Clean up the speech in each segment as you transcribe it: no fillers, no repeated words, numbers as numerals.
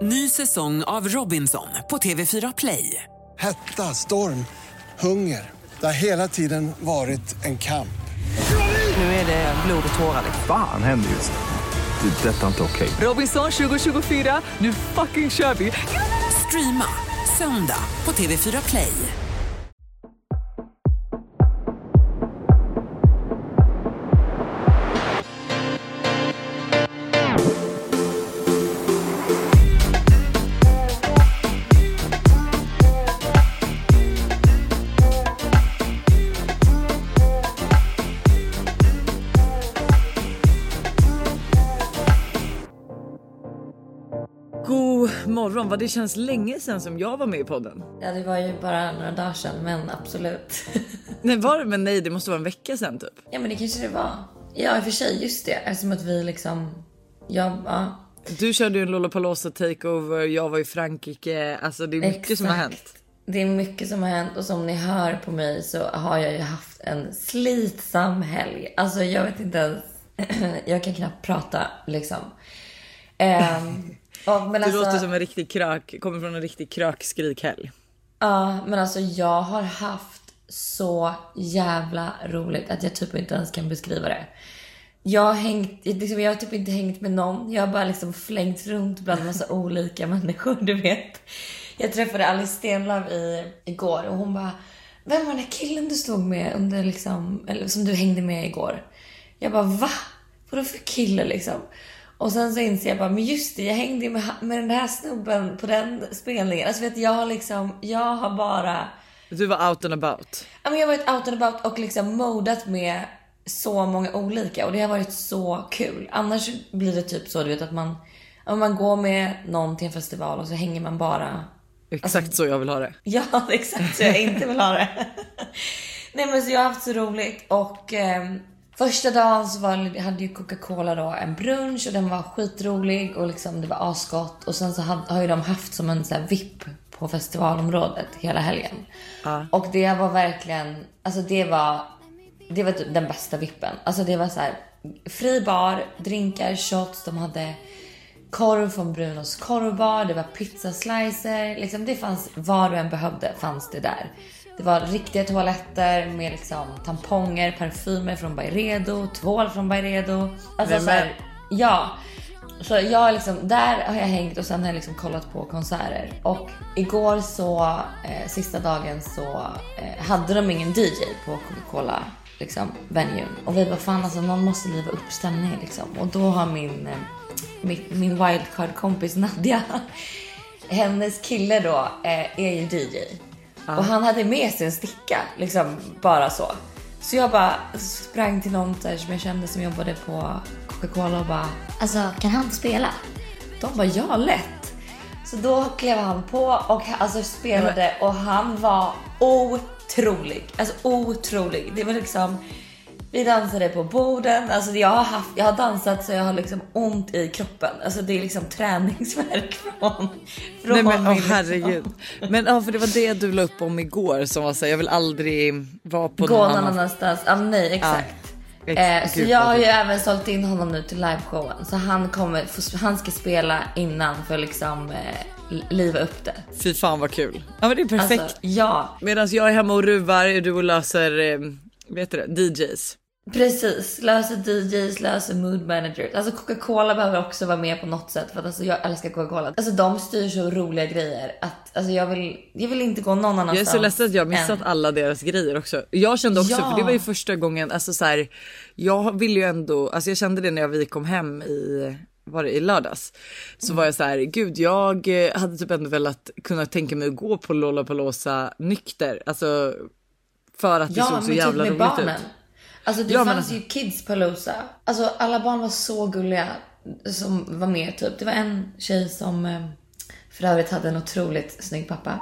Ny säsong av Robinson på TV4 Play. Hetta, storm, hunger. Det har hela tiden varit en kamp. Nu är det blod och tårar. Fan händer just nu. Det. Detta är inte okej. Robinson 2024, nu fucking kör vi. Streama söndag på TV4 Play. God morgon, vad det känns länge sedan som jag var med i podden. Ja, det var ju bara några dagar sedan, men absolut. Nej, var det? Men nej, det måste vara en vecka sedan typ. Ja, men det kanske det var. Ja, i och för sig, just det. Eftersom att vi liksom... Ja. Du körde ju en Lollapalooza takeover, jag var i Frankrike. Alltså det är mycket Exakt. som har hänt. Det är mycket som har hänt, och som ni hör på mig så har jag ju haft en slitsam helg. Alltså jag vet inte ens... jag kan knappt prata liksom. Men du låter som en riktig krök, kommer från en riktig krökskrik-helg. Ja, men alltså jag har haft så jävla roligt att jag typ inte ens kan beskriva det. Jag har typ inte hängt med någon. Jag har bara liksom flängt runt bland en massa olika människor, du vet. Jag träffade Alice Stenlöf igår och hon bara: vem var den där killen du stod med under liksom, eller som du hängde med igår? Jag bara, va? Vadå för kille liksom? Och sen så inser jag bara, men just det, jag hängde med den här snubben på den spelningen. Alltså vet jag har bara... Du var out and about. Ja, men jag har varit out and about och liksom modat med så många olika. Och det har varit så kul. Annars blir det typ så, du vet, att man går med någon till en festival och så hänger man bara... Exakt så jag vill ha det. Ja, exakt så jag inte vill ha det. Nej, men så jag har haft så roligt. Och första dagen så hade ju Coca-Cola då en brunch och den var skitrolig och liksom det var asgott. Och sen så har ju de haft som en så här VIP på festivalområdet hela helgen. Och det var verkligen, alltså det var typ den bästa vippen. Alltså det var så här fri bar, drinkar, shots, de hade korv från Brunos korvbar, det var pizzaslicer, liksom det fanns vad du än behövde, fanns det där. Det var riktiga toaletter med liksom tamponger, parfymer från Byredo, tvål från Byredo. Alltså så här, ja. Så jag liksom, där har jag hängt och sen har jag liksom kollat på konserter. Och igår så, sista dagen så hade de ingen DJ på Coca-Cola liksom, venue. Och vi bara, fan alltså, någon måste liva upp stämningen liksom. Och då har min wildcard-kompis Nadia, hennes kille då, är ju DJ. Och han hade med sig en sticka, liksom bara så. Så jag bara sprang till någon där som jag kände som jobbade på Coca-Cola och bara, alltså kan han spela? De bara, ja, lätt. Så då klev han på och alltså spelade och han var otrolig. Alltså otrolig. Det var liksom, vi dansade på borden. Alltså jag har dansat så jag har liksom ont i kroppen. Alltså det är liksom träningsverk från nej men liksom. herregud. Men för det var det du la upp om igår som var så här, jag vill aldrig vara på gå någon annanstans. Ja, nej, exakt. Så jag har ju även sålt in honom nu till liveshowen. Så han ska spela innan för liksom liva upp det. Fy fan vad kul. Ja men det är perfekt. Alltså, ja. Medan jag är hemma och ruvar, du löser vet du det, DJs. Precis, löser DJs, löser mood managers. Alltså Coca-Cola behöver också vara med på något sätt. För att alltså, jag älskar Coca-Cola. Alltså de styr så roliga grejer att alltså, jag vill inte gå någon annanstans. Jag är så ledsen att jag har missat alla deras grejer också. Jag kände också, för det var ju första gången, alltså så här, jag ville ju ändå, alltså jag kände det när vi kom hem i lördags. Så var jag så här, gud, jag hade typ ändå velat kunna tänka mig att gå på Lollapalooza nykter. Alltså för att det såg så jävla typ roligt barnen. ut. Alltså det fanns ju Kids Palooza. Alltså alla barn var så gulliga som var med typ. Det var en tjej som för övrigt hade en otroligt snygg pappa.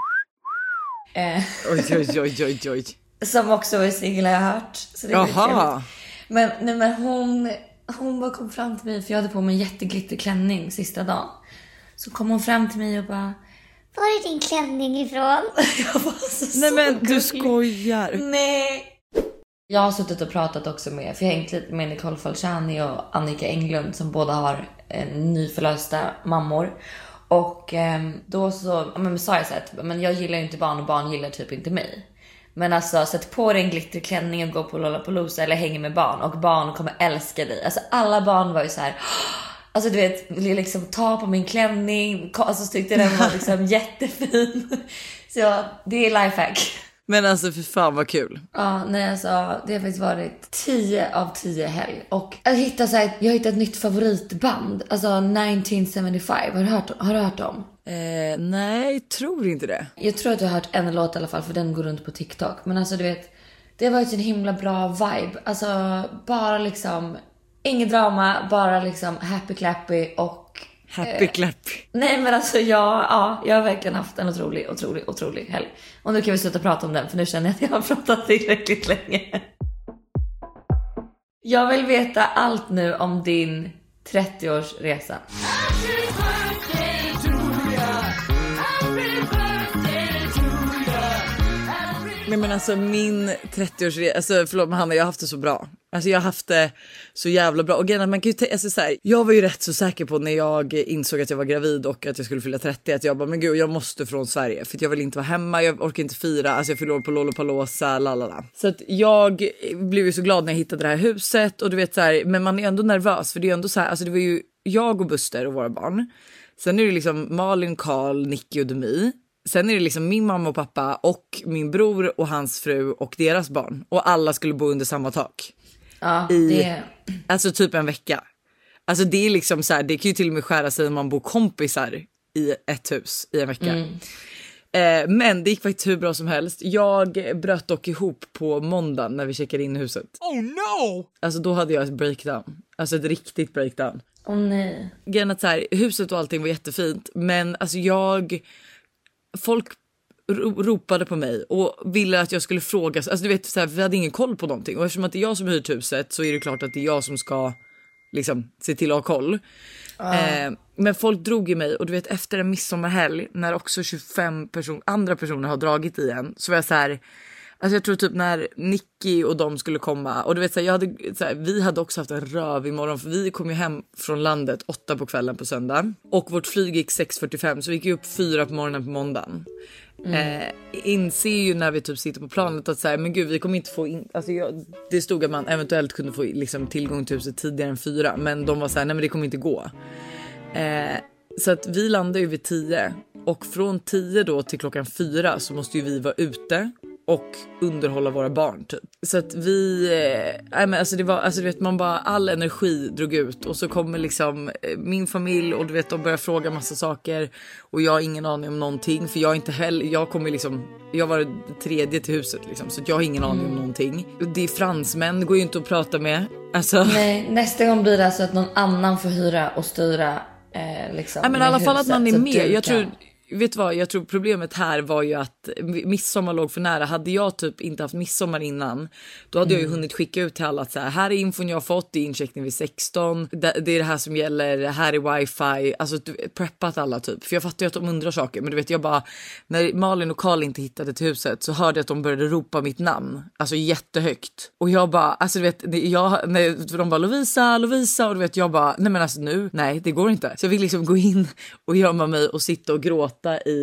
Oj. Som också var singel, har jag hört. Så det var trevligt. Men hon bara kom fram till mig, för jag hade på mig en jätteglitterklänning sista dagen. Så kom hon fram till mig och bara, var är din klänning ifrån? Jag var nej men du skojar. Nej. Jag har suttit och pratat också med, för jag har hängt lite med Nicole Falciani och Annika Englund som båda har nyförlösta mammor. Och då så sa jag så att men jag gillar ju inte barn och barn gillar typ inte mig. Men alltså sätt på dig en glitterklänning och gå på Lollapalooza eller hänger med barn och barn kommer älska dig. Alltså alla barn var ju så här. Alltså du vet, ville liksom ta på min klänning. Alltså tyckte den var liksom jättefin. Så det är lifehack. Men alltså för fan vad kul. Ja, nej alltså det har faktiskt varit 10 av 10 helg. Och jag hittade ett nytt favoritband. Alltså 1975, har du hört dem? Nej, tror inte det. Jag tror att du har hört en låt i alla fall, för den går runt på TikTok. Men alltså du vet, det var ju en himla bra vibe. Alltså bara liksom, inget drama, bara liksom happy clappy och... Happy clappy. Nej men alltså jag har verkligen haft en otrolig helg. Och nu kan vi sluta prata om den, för nu känner jag att jag har pratat tillräckligt länge. Jag vill veta allt nu om din 30-årsresa. Nej men alltså min 30-årsresa, alltså förlåt men Hanna, jag har haft det så bra. Alltså jag har haft det så jävla bra. Och grejen, man kan ju alltså så här, jag var ju rätt så säker på när jag insåg att jag var gravid och att jag skulle fylla 30 att jag bara, men gud jag måste från Sverige för att jag vill inte vara hemma, jag orkar inte fira, alltså jag förlorade på Lollapalooza, lalala. Så att jag blev ju så glad när jag hittade det här huset och du vet så här, men man är ändå nervös för det är ändå så här, alltså det var ju jag och Buster och våra barn. Sen är det liksom Malin, Karl, Nicky och Demi. Sen är det liksom min mamma och pappa och min bror och hans fru och deras barn. Och alla skulle bo under samma tak. Ja, alltså typ en vecka. Alltså det är liksom så här, det kan ju till och med skära sig om man bor kompisar i ett hus i en vecka. Men det gick faktiskt hur bra som helst. Jag bröt dock ihop på måndagen när vi checkade in i huset. Oh no! Alltså då hade jag ett breakdown. Alltså ett riktigt breakdown. Åh nej. Grejen att så här, huset och allting var jättefint. Men alltså folk ropade på mig och ville att jag skulle fråga. Alltså du vet så här, vi hade ingen koll på någonting. Och eftersom att det är jag som hyrt huset så är det klart att det är jag som ska liksom se till att ha koll. Men folk drog i mig och du vet efter en midsommarhelg när också 25 andra personer har dragit i en så var jag så här. Alltså jag tror typ när Nicky och de skulle komma och du vet så här, vi hade också haft en röv imorgon för vi kom ju hem från landet 8 på kvällen på söndag och vårt flyg gick 6:45 så vi gick upp 4 på morgonen på måndagen. Inser ju när vi typ sitter på planet att så här, men gud vi kommer inte få in, alltså det stod att man eventuellt kunde få liksom tillgång till huset tidigare än 4 men de var så här, nej men det kommer inte gå. Så att vi landade ju vid 10 och från 10 då till klockan 4 så måste ju vi vara ute och underhålla våra barn typ. Så att vi men alltså det var alltså du vet man bara all energi drog ut och så kommer liksom min familj och du vet de börjar fråga massa saker och jag har ingen aning om någonting för jag inte heller jag var tredje till huset liksom så jag har ingen aning om någonting. Det är fransmän, det går ju inte att prata med. Alltså nej, nästa gång blir det alltså att någon annan får hyra och styra liksom. Ja men i alla fall att man är med. Jag tror Vet vad, jag tror problemet här var ju att midsommar låg för nära. Hade jag typ inte haft midsommar innan, då hade jag ju hunnit skicka ut till alla att så här är infon jag har fått, det är incheckning vid 16, det är det här som gäller, här är wifi, alltså preppat alla typ. För jag fattar ju att de undrar saker, men du vet jag bara, när Malin och Karl inte hittade till huset så hörde jag att de började ropa mitt namn, alltså jättehögt. Och jag bara, alltså du vet, när de bara Lovisa och du vet jag bara, nej men alltså nu, nej det går inte. Så jag fick liksom gå in och gömma mig och sitta och gråta i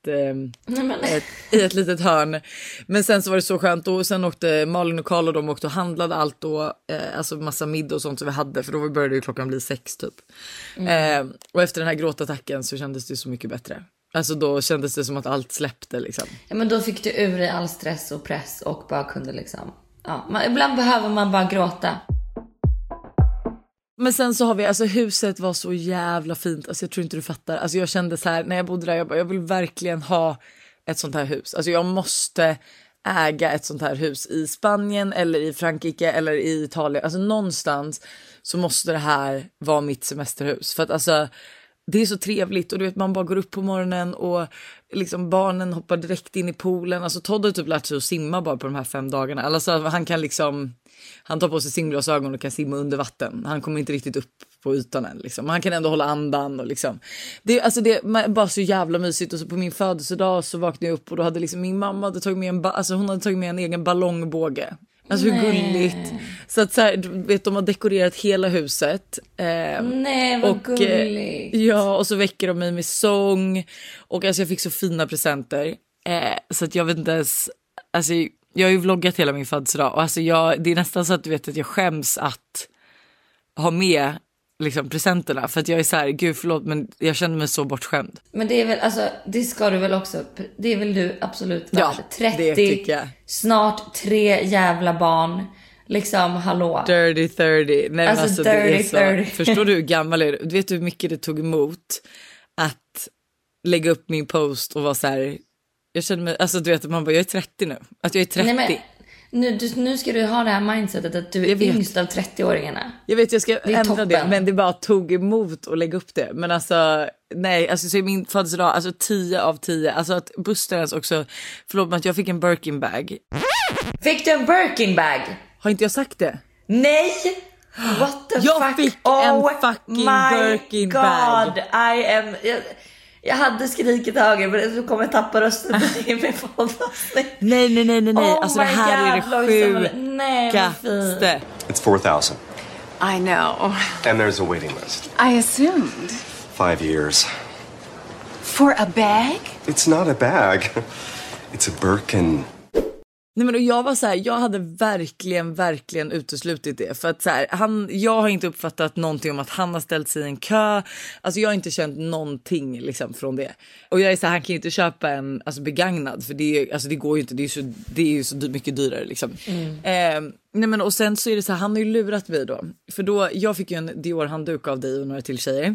ett litet hörn. Men sen så var det så skönt och sen åkte Malin och Karl och de åkte och handlade allt då, alltså massa middag och sånt som vi hade för då började ju klockan bli 6 typ. Och efter den här gråtattacken så kändes det så mycket bättre. Alltså då kändes det som att allt släppte liksom. Ja men då fick du ur dig all stress och press och bara kunde liksom, ibland behöver man bara gråta. Men sen så har vi, alltså huset var så jävla fint, alltså jag tror inte du fattar. Alltså jag kände så här, när jag bodde där, jag vill verkligen ha ett sånt här hus. Alltså jag måste äga ett sånt här hus i Spanien eller i Frankrike eller i Italien. Alltså någonstans så måste det här vara mitt semesterhus. För att alltså det är så trevligt och du vet man bara går upp på morgonen och liksom barnen hoppar direkt in i poolen. Alltså Todd har typ lärt sig att simma bara på de här 5 dagarna. Alltså han kan liksom, han tar på sig simglasögon och kan simma under vatten. Han kommer inte riktigt upp på ytan än liksom. Han kan ändå hålla andan och liksom. Det är bara så jävla mysigt. Och så på min födelsedag så vaknade jag upp och då hade liksom min mamma hade tagit med hon hade tagit med en egen ballongbåge. Alltså hur gulligt. Så att så här, vet, de har dekorerat hela huset. Nej, vad gulligt. Ja, och så väcker de mig med sång. Och alltså jag fick så fina presenter. Så att jag vet inte ens... Alltså jag har ju vloggat hela min födelsedag. Och alltså det är nästan så att du vet att jag skäms att ha med liksom presenterna. För att jag är så här, gud förlåt, men jag känner mig så bortskämd. Men det är väl, alltså det ska du väl också, det är väl du absolut ja, 30, det tycker jag. Snart 3 jävla barn. Liksom, hallå. Dirty 30. Nej, alltså det är så, 30. förstår du hur gammal är du? Vet du hur mycket det tog emot att lägga upp min post och vara så här, jag känner mig, alltså du vet, man bara, jag är 30 nu. Att jag är 30. Nej, men, nu ska du ha det här mindsetet att du är yngst av 30-åringarna. Jag vet, jag ska ändra toppen. det, men det bara tog emot att lägga upp det. Men alltså, nej, alltså så är min födelsedag, alltså 10 av 10. Alltså att Buster ens också, förlåt men att jag fick en Birkin bag. Fick du en Birkin bag? Har inte jag sagt det? Nej! What the jag fuck? Fick en fucking Birkin bag. Jag hade skrikit högre, men så kommer jag tappa rösten på min poddavsnitt. Nej. Alltså det här är det sjukaste. It's 4,000. I know. And there's a waiting list. I assumed. 5 years. For a bag? It's not a bag. It's a Birkin. Nej, men jag var så här, jag hade verkligen uteslutit det för att så här, jag har inte uppfattat någonting om att han har ställt sig i en kö. Alltså jag har inte känt någonting liksom från det. Och jag är så här, han kan ju inte köpa en alltså begagnad för det går ju inte, det är ju så mycket dyrare liksom. Nej men och sen så är det så här, han har ju lurat mig då. För då jag fick ju en Dior handduk av dig och några till tjejer.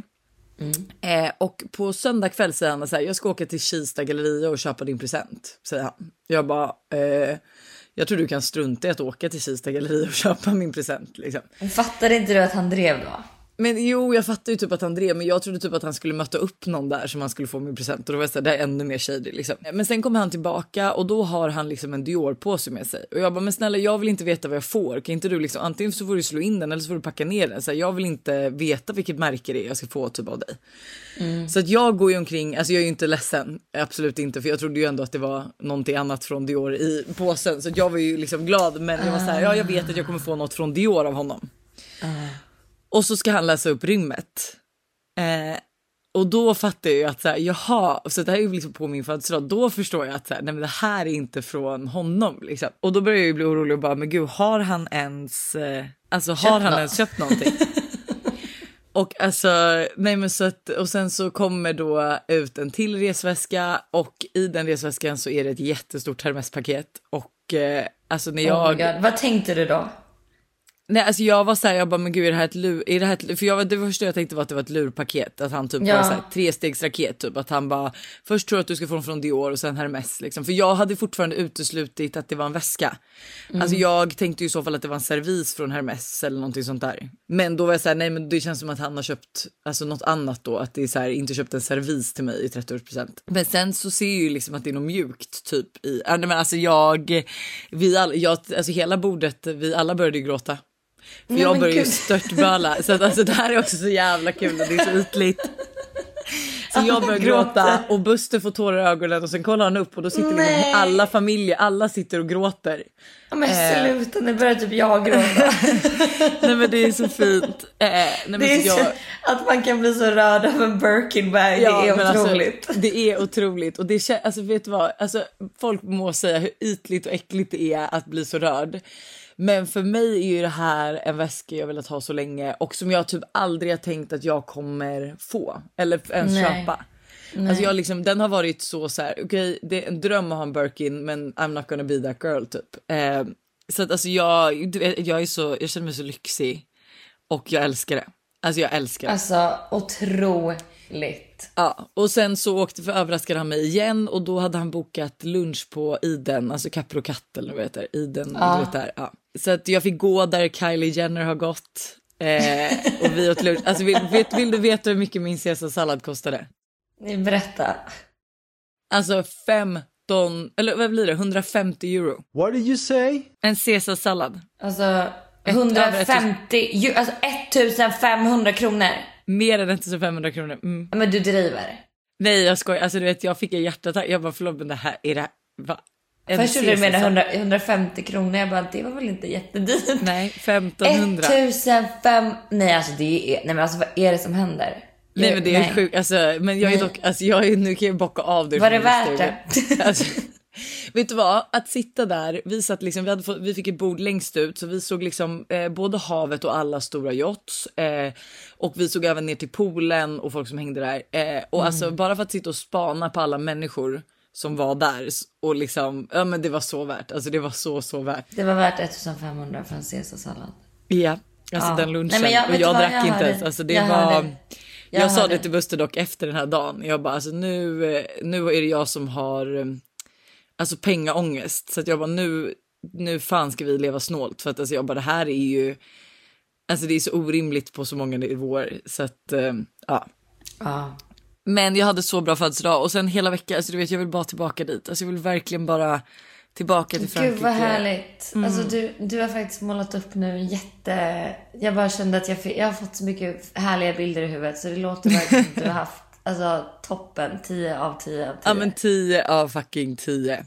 Och på söndag kväll säger han så här, jag ska åka till Kista galleria och köpa din present, säger han. Jag bara, jag tror du kan strunta i att åka till Kista galleria och köpa min present liksom. Fattade inte du att han drev då? Men jo, jag fattar ju typ att han drev, men jag trodde typ att han skulle möta upp någon där som han skulle få min present. Och då var jag så här, det är ännu mer shady liksom. Men sen kommer han tillbaka och då har han liksom en Dior-påse med sig. Och jag bara, men snälla, jag vill inte veta vad jag får. Kan inte du liksom, antingen så får du slå in den eller så får du packa ner den. Så här, jag vill inte veta vilket märke det är jag ska få typ av dig. Så att jag går ju omkring, alltså jag är ju inte ledsen, absolut inte. För jag trodde ju ändå att det var någonting annat från Dior i påsen. Så att jag var ju liksom glad, men jag var så här, ja jag vet att jag kommer få något från Dior av honom. Och så ska han läsa upp rimmet. Och då fattar jag ju att så här, jaha, så det här är ju liksom på min födelsedag. Då förstår jag att så här, nej men det här är inte från honom liksom. Och då börjar jag ju bli orolig och bara, men gud, har han ens ens köpt någonting? Och alltså, nej men så att, och sen så kommer då ut en till resväska och i den resväskan så är det ett jättestort Hermes-paket. Och alltså när jag... Vad tänkte du då? Nej, alltså jag var så här, jag bara, men gud, är det här ett lur? För det första jag tänkte var att det var ett lurpaket. Att han typ var så här 3-stegsraket typ. Att han bara, först tror att du ska få den från Dior och sen Hermes liksom. För jag hade fortfarande uteslutit att det var en väska. Alltså jag tänkte ju i så fall att det var en servis från Hermes eller någonting sånt där. Men då var jag så här, nej men det känns som att han har köpt alltså något annat då. Att det är så här, inte köpt en servis till mig i 30-årspresent. Men sen så ser jag ju liksom att det är något mjukt typ i. Men alltså alltså hela bordet, vi alla började ju gråta. För jag började ju störtböla. Så att, alltså, det här är också så jävla kul och det är så ytligt. Så jag börjar gråta och Buster får tårar i ögonen och sen kollar han upp och då sitter liksom alla familjer, alla sitter och gråter. Men sluta, nu börjar typ jag gråta. Nej men det är så fint. Att man kan bli så rörd av en Birkin bag, det är otroligt. Alltså, det är otroligt och det alltså vet du vad, alltså folk må säga hur ytligt och äckligt det är att bli så rörd. Men för mig är ju det här en väska jag velat ha så länge och som jag typ aldrig har tänkt att jag kommer få eller ens köpa. Alltså jag liksom, den har varit så här, okej, det är en dröm att ha en Birkin men I'm not gonna be that girl typ. Så att alltså jag känner mig så lyxig och jag älskar det. Alltså jag älskar det. Alltså otroligt. Ja, och sen så överraskade han mig igen och då hade han bokat lunch på Iden, alltså Capro Cat eller vad heter Iden, du vet där. Ja. Så att jag fick gå där Kylie Jenner har gått och vi åt lunch. Alltså vill du veta hur mycket min caesarsallad kostade? Ni berätta. Alltså 150 euro. What did you say? En caesarsallad. Alltså 150, alltså 1500 kronor. Mer än 1500 kronor. Men du driver. Nej, jag skojar. Alltså du vet, jag fick en hjärtattack. Jag bara, förlåt, men det här, är det, va? Först trodde du med 150 kronor. Jag bara, det var väl inte jättedyrt. Nej, 1500. 1500. Nej, alltså det är... Nej, men alltså vad är det som händer? Nej, men det är sjukt. Alltså, men jag är dock... Alltså, nu kan jag bocka av det. Var det värt det? Alltså, vet du vad? Att sitta där, vi satt liksom, vi fick ett bord längst ut, så vi såg liksom både havet och alla stora yachts, och vi såg även ner till poolen och folk som hängde där, och alltså bara för att sitta och spana på alla människor som var där, och liksom, ja men det var så värt, alltså det var så värt. Det var värt 1500 för en caesarsallad. Ja, alltså den lunchen. Nej, och jag drack inte ens, alltså det var... Jag sa det till Buster dock efter den här dagen. Jag bara, alltså nu är det jag som har alltså pengaångest. Så att jag bara, nu fan ska vi leva snålt. För att alltså jag bara, det här är ju, alltså det är så orimligt på så många nivåer. Så att, ja. Men jag hade så bra födelsedag. Och sen hela veckan, alltså du vet, jag vill bara tillbaka dit. Alltså jag vill verkligen bara tillbaka till Frankrike. Gud vad härligt. Alltså du har faktiskt målat upp nu jag bara kände att jag har fått så mycket härliga bilder i huvudet. Så det låter verkligen som att du har haft alltså toppen, 10 av 10 av 10. Ja men 10 av fucking 10.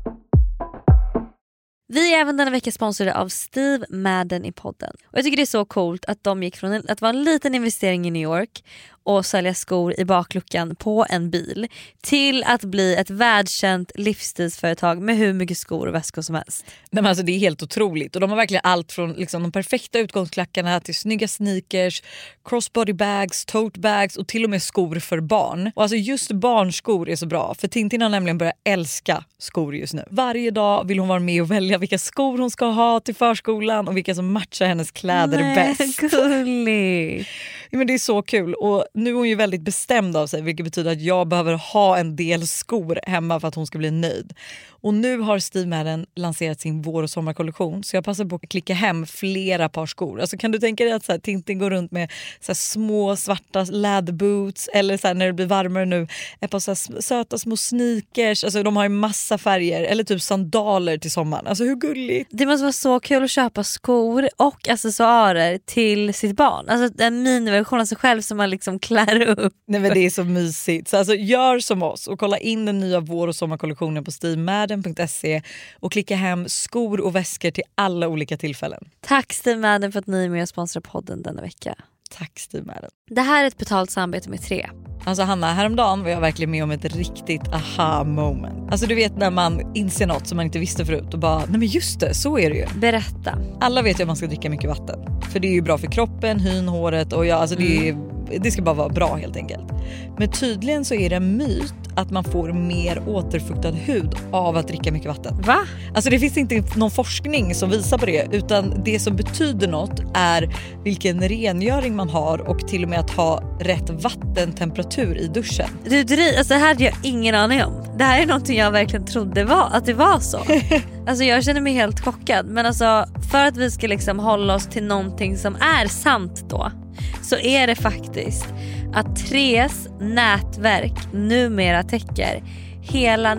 Vi är även denna vecka sponsrade av Steve Madden i podden. Och jag tycker det är så coolt att de gick från att vara en liten investering i New York och sälja skor i bakluckan på en bil till att bli ett världskänt livsstilsföretag med hur mycket skor och väskor som helst. Nej, men alltså det är helt otroligt, och de har verkligen allt från liksom de perfekta utgångsklackarna till snygga sneakers, crossbody bags, tote bags och till och med skor för barn. Och alltså just barnskor är så bra, för Tintin har nämligen börjat älska skor just nu. Varje dag vill hon vara med och välja vilka skor hon ska ha till förskolan och vilka som matchar hennes kläder bäst. Gulligt. Ja, men det är så kul, och nu är hon ju väldigt bestämd av sig, vilket betyder att jag behöver ha en del skor hemma för att hon ska bli nöjd. Och nu har Steve Madden lanserat sin vår- och sommarkollektion, så jag passar på att klicka hem flera par skor. Alltså kan du tänka dig att så här, Tintin går runt med så här, små svarta läderboots, eller så här, när det blir varmare nu, ett par så här, söta små sneakers, alltså de har ju massa färger, eller typ sandaler till sommaren. Alltså hur gulligt? Det måste vara så kul att köpa skor och accessoarer till sitt barn. Alltså en miniversion av sig själv som man liksom klär upp. Nej men det är så mysigt. Så alltså gör som oss och kolla in den nya vår- och sommarkollektionen på stevemadden.se och klicka hem skor och väskor till alla olika tillfällen. Tack Steve Madden för att ni är med och sponsrar podden denna vecka. Tack Steve Madden. Det här är ett betalt samarbete med 3. Alltså Hanna, häromdagen var jag verkligen med om ett riktigt aha moment. Alltså du vet när man inser något som man inte visste förut och bara, nej men just det, så är det ju. Berätta. Alla vet ju att man ska dricka mycket vatten. För det är ju bra för kroppen, hyn, håret och alltså det ska bara vara bra helt enkelt. Men tydligen så är det en myt att man får mer återfuktad hud av att dricka mycket vatten. Va? Alltså det finns inte någon forskning som visar på det, utan det som betyder något är vilken rengöring man har och till och med att ha rätt vattentemperatur i duschen. Alltså det här hade jag ingen aning om. Det här är någonting jag verkligen trodde att det var så. Alltså jag känner mig helt chockad. Men alltså för att vi ska liksom hålla oss till någonting som är sant då, så är det faktiskt att 3s nätverk numera täcker hela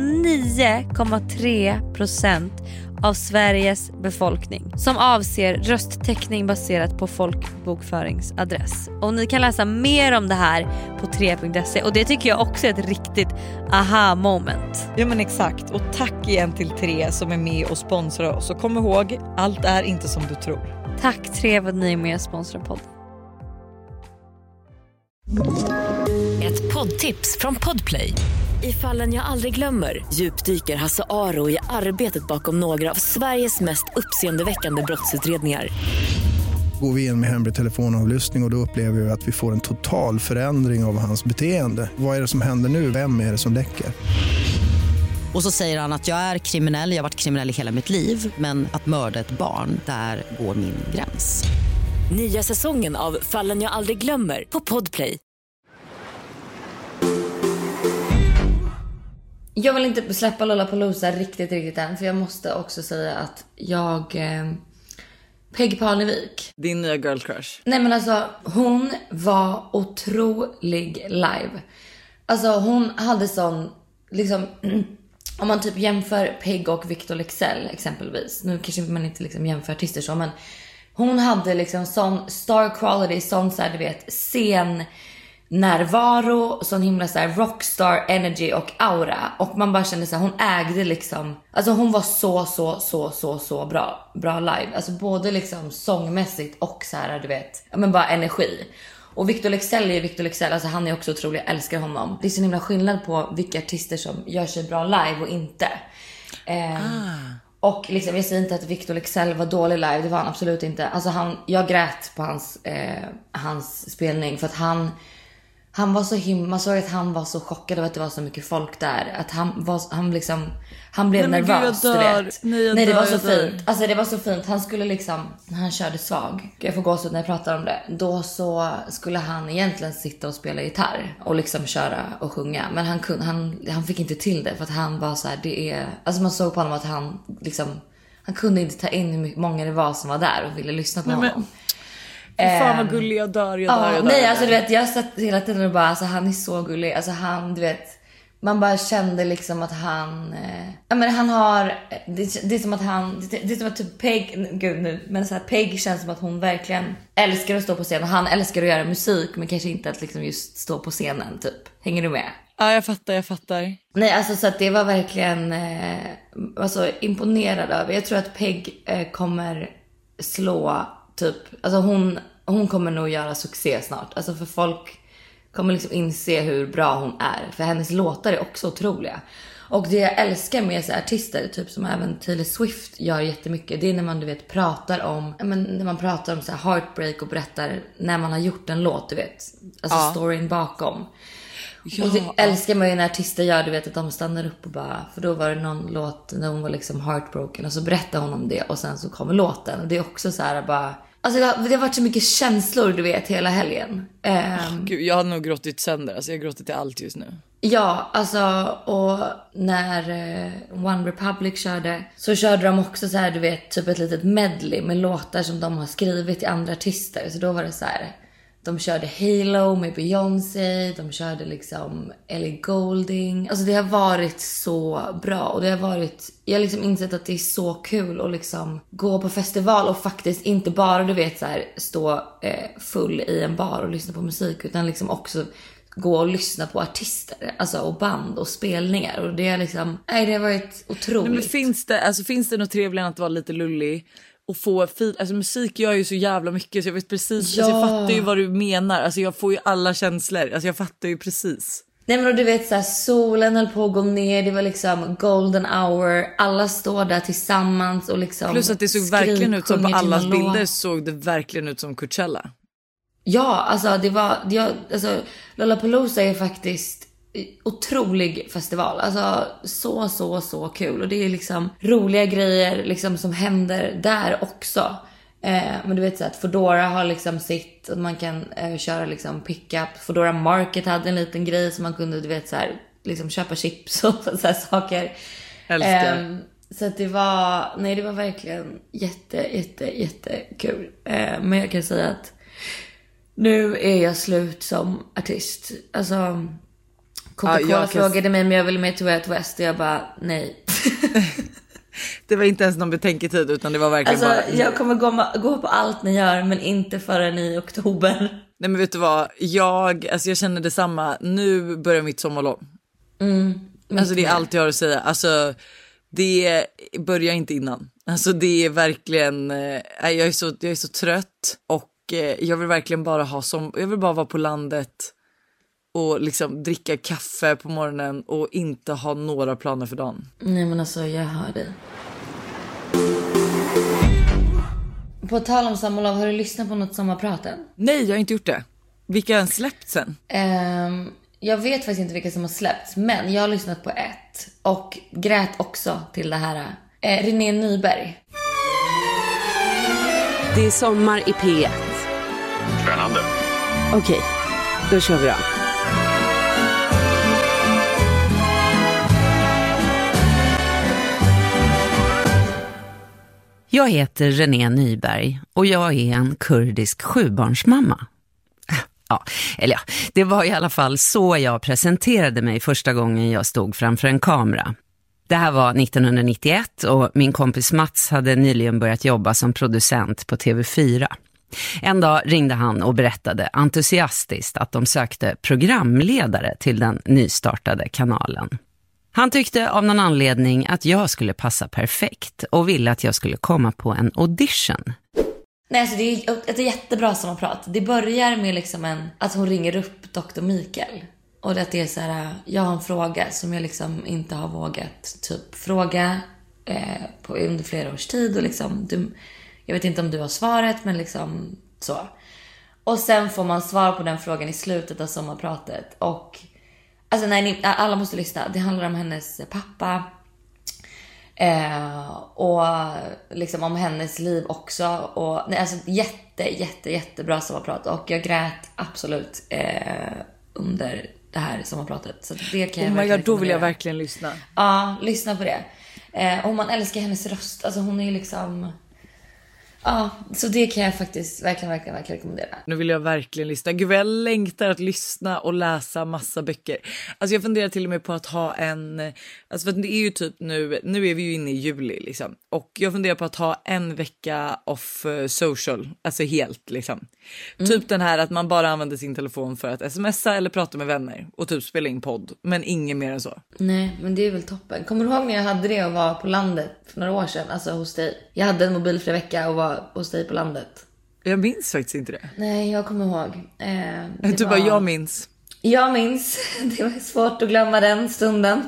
99,3% av Sveriges befolkning, som avser rösttäckning baserat på folkbokföringsadress. Och ni kan läsa mer om det här på 3.se, och det tycker jag också är ett riktigt aha moment. Ja men exakt, och tack igen till 3 som är med och sponsrar oss. Och kom ihåg, allt är inte som du tror. Tack 3 för att ni är med och sponsrar podden. Ett poddtips från Podplay. I Fallen jag aldrig glömmer djupdyker Hasse Aro i arbetet bakom några av Sveriges mest uppseendeväckande brottsutredningar. Går vi in med hemlig telefonavlyssning och då upplever vi att vi får en total förändring av hans beteende. Vad är det som händer nu? Vem är det som läcker? Och så säger han att jag är kriminell, jag har varit kriminell i hela mitt liv, men att mörda ett barn, där går min gräns. Nya säsongen av Fallen jag aldrig glömmer på Podplay. Jag vill inte släppa Lollapalooza riktigt än, för jag måste också säga att Peg Parnevik, din nya girl crush. Nej men alltså, hon var otrolig live. Alltså hon hade sån, liksom, om man typ jämför Peg och Victor Leksell exempelvis. Nu kanske man inte liksom jämför artister så, men hon hade liksom sån star quality, sån så här, du vet, scen, närvaro, sån himla så här rockstar energy och aura. Och man bara kände så här, hon ägde liksom, alltså hon var så bra live. Alltså både liksom sångmässigt och så här, du vet, men bara energi. Och Victor Leksell, alltså han är också otrolig, jag älskar honom. Det är så himla skillnad på vilka artister som gör sig bra live och inte. Och liksom, jag säger inte att Victor Leksell var dålig live, det var han absolut inte. Alltså jag grät på hans spelning för att han var så himla, man såg att han var så chockad över att det var så mycket folk där. Att han blev nervös, du vet. Nej, det var så fint. Alltså det var så fint. Han skulle liksom, när han körde svag, jag får gåshud när jag pratar om det. Då så skulle han egentligen sitta och spela gitarr och liksom köra och sjunga. Men han fick inte till det för att han var så här, alltså man såg på honom att han kunde inte ta in hur många det var som var där och ville lyssna på honom. Fan vad gullig, jag dör. Nej, alltså du vet, jag satt hela tiden och bara, alltså han är så gullig. Alltså han, du vet, man bara kände liksom att han har, det är som att det är som att typ Peg, gud nu, men så här, Peg känns som att hon verkligen älskar att stå på scen och han älskar att göra musik, men kanske inte att liksom just stå på scenen typ. Hänger du med? Ja, jag fattar. Nej, alltså så att det var verkligen alltså imponerad över. Jag tror att Peg kommer slå typ, alltså hon kommer nog göra succé snart. Alltså för folk kommer liksom inse hur bra hon är. För hennes låtar är också otroliga. Och det jag älskar med så artister, typ som även Taylor Swift gör jättemycket, det är när man, du vet, pratar om så här heartbreak och berättar när man har gjort en låt, du vet. Alltså storyn bakom. Ja. Och det älskar man ju när artister gör, du vet, att de stannar upp och bara, för då var det någon låt när hon var liksom heartbroken och så berättar hon om det och sen så kommer låten. Och det är också så här bara, alltså det har varit så mycket känslor, du vet, hela helgen. Gud, jag har nog gråtit sönder, alltså jag har gråtit till allt just nu. Ja, alltså, och när One Republic körde, så körde de också så här, du vet, typ ett litet medley med låtar som de har skrivit till andra artister. Så då var det så här, de körde Halo med Beyoncé, de körde liksom Ellie Goulding. Alltså det har varit så bra och det har varit, jag har liksom insett att det är så kul att liksom gå på festival och faktiskt inte bara, du vet, så här, stå full i en bar och lyssna på musik, utan liksom också gå och lyssna på artister, alltså, och band och spelningar. Och det är liksom, det har varit otroligt. Men finns det något trevligare än att vara lite lullig och få alltså musik gör ju så jävla mycket, så jag vet precis, alltså, jag fattar ju vad du menar, alltså jag får ju alla känslor, alltså jag fattar ju precis. Nej, men du vet så här, solen höll på att gå ner, det var liksom golden hour, alla står där tillsammans och liksom, plus att det såg verkligen ut som på allas bilder, såg det verkligen ut som Coachella. Ja, alltså alltså Lollapalooza är faktiskt otrolig festival. Alltså så kul. Och det är liksom roliga grejer liksom som händer där också. Men du vet så att Foodora har liksom sitt, och man kan köra liksom pickup. Foodora Market hade en liten grej som man kunde, du vet, så här, liksom köpa chips och så här saker. Älskar. Så att det var verkligen jätte kul. Men jag kan säga att nu är jag slut som artist. Alltså Coca-Cola frågade mig om jag ville med till Way Out West och jag bara nej. Det var inte ens någon betänketid, utan det var verkligen alltså, bara... jag kommer gå på allt ni gör, men inte förrän i oktober. Nej, men vet du vad? Jag känner detsamma. Nu börjar mitt sommarlov. Alltså det är allt jag har att säga. Alltså det börjar inte innan. Alltså det är verkligen... jag är så trött. Och jag vill verkligen bara jag vill bara vara på landet och liksom dricka kaffe på morgonen och inte ha några planer för dagen. Nej, men alltså jag hör dig. På tal om sommarlov, har du lyssnat på något sommarpraten? Nej, jag har inte gjort det. Vilka har släppt sen? Jag vet faktiskt inte vilka som har släppts, men jag har lyssnat på ett och grät också till det här. René Nyberg. Det är sommar i P1. Spännande. Okej, då kör vi då. Jag heter René Nyberg och jag är en kurdisk 7-barnsmamma. Ja, det var i alla fall så jag presenterade mig första gången jag stod framför en kamera. Det här var 1991 och min kompis Mats hade nyligen börjat jobba som producent på TV4. En dag ringde han och berättade entusiastiskt att de sökte programledare till den nystartade kanalen. Han tyckte av någon anledning att jag skulle passa perfekt och ville att jag skulle komma på en audition. Nej, alltså det är ett jättebra sommarprat. Det börjar med liksom att hon ringer upp Dr. Mikael. Och att det är så här, jag har en fråga som jag liksom inte har vågat typ fråga under flera års tid. Och liksom, jag vet inte om du har svaret, men liksom så. Och sen får man svar på den frågan i slutet av sommarpratet. Och alltså nej, alla måste lyssna. Det handlar om hennes pappa. Och liksom om hennes liv också. Och nej, alltså jättebra sommarprat. Och jag grät absolut under det här sommarpratet. Så det kan jag verkligen då vill jag verkligen lyssna. Ja, lyssna på det. Och man älskar hennes röst. Alltså hon är liksom... Ja, så det kan jag faktiskt verkligen rekommendera. Nu vill jag verkligen lyssna. Gud vad jag längtar att lyssna och läsa massa böcker. Alltså jag funderar till och med på att ha en... Alltså för det är ju typ nu är vi ju inne i juli liksom. Och jag funderar på att ha en vecka off social. Alltså helt liksom. Typ den här att man bara använder sin telefon för att smsa eller prata med vänner. Och typ spela in podd. Men inget mer än så. Nej, men det är väl toppen. Kommer du ihåg när jag hade det och var på landet för några år sedan? Alltså hos dig. Jag hade en mobilfri vecka och var hos dig på landet. Jag minns faktiskt inte det. Nej, jag kommer ihåg. Du bara, jag minns. Jag minns. Det var svårt att glömma den stunden.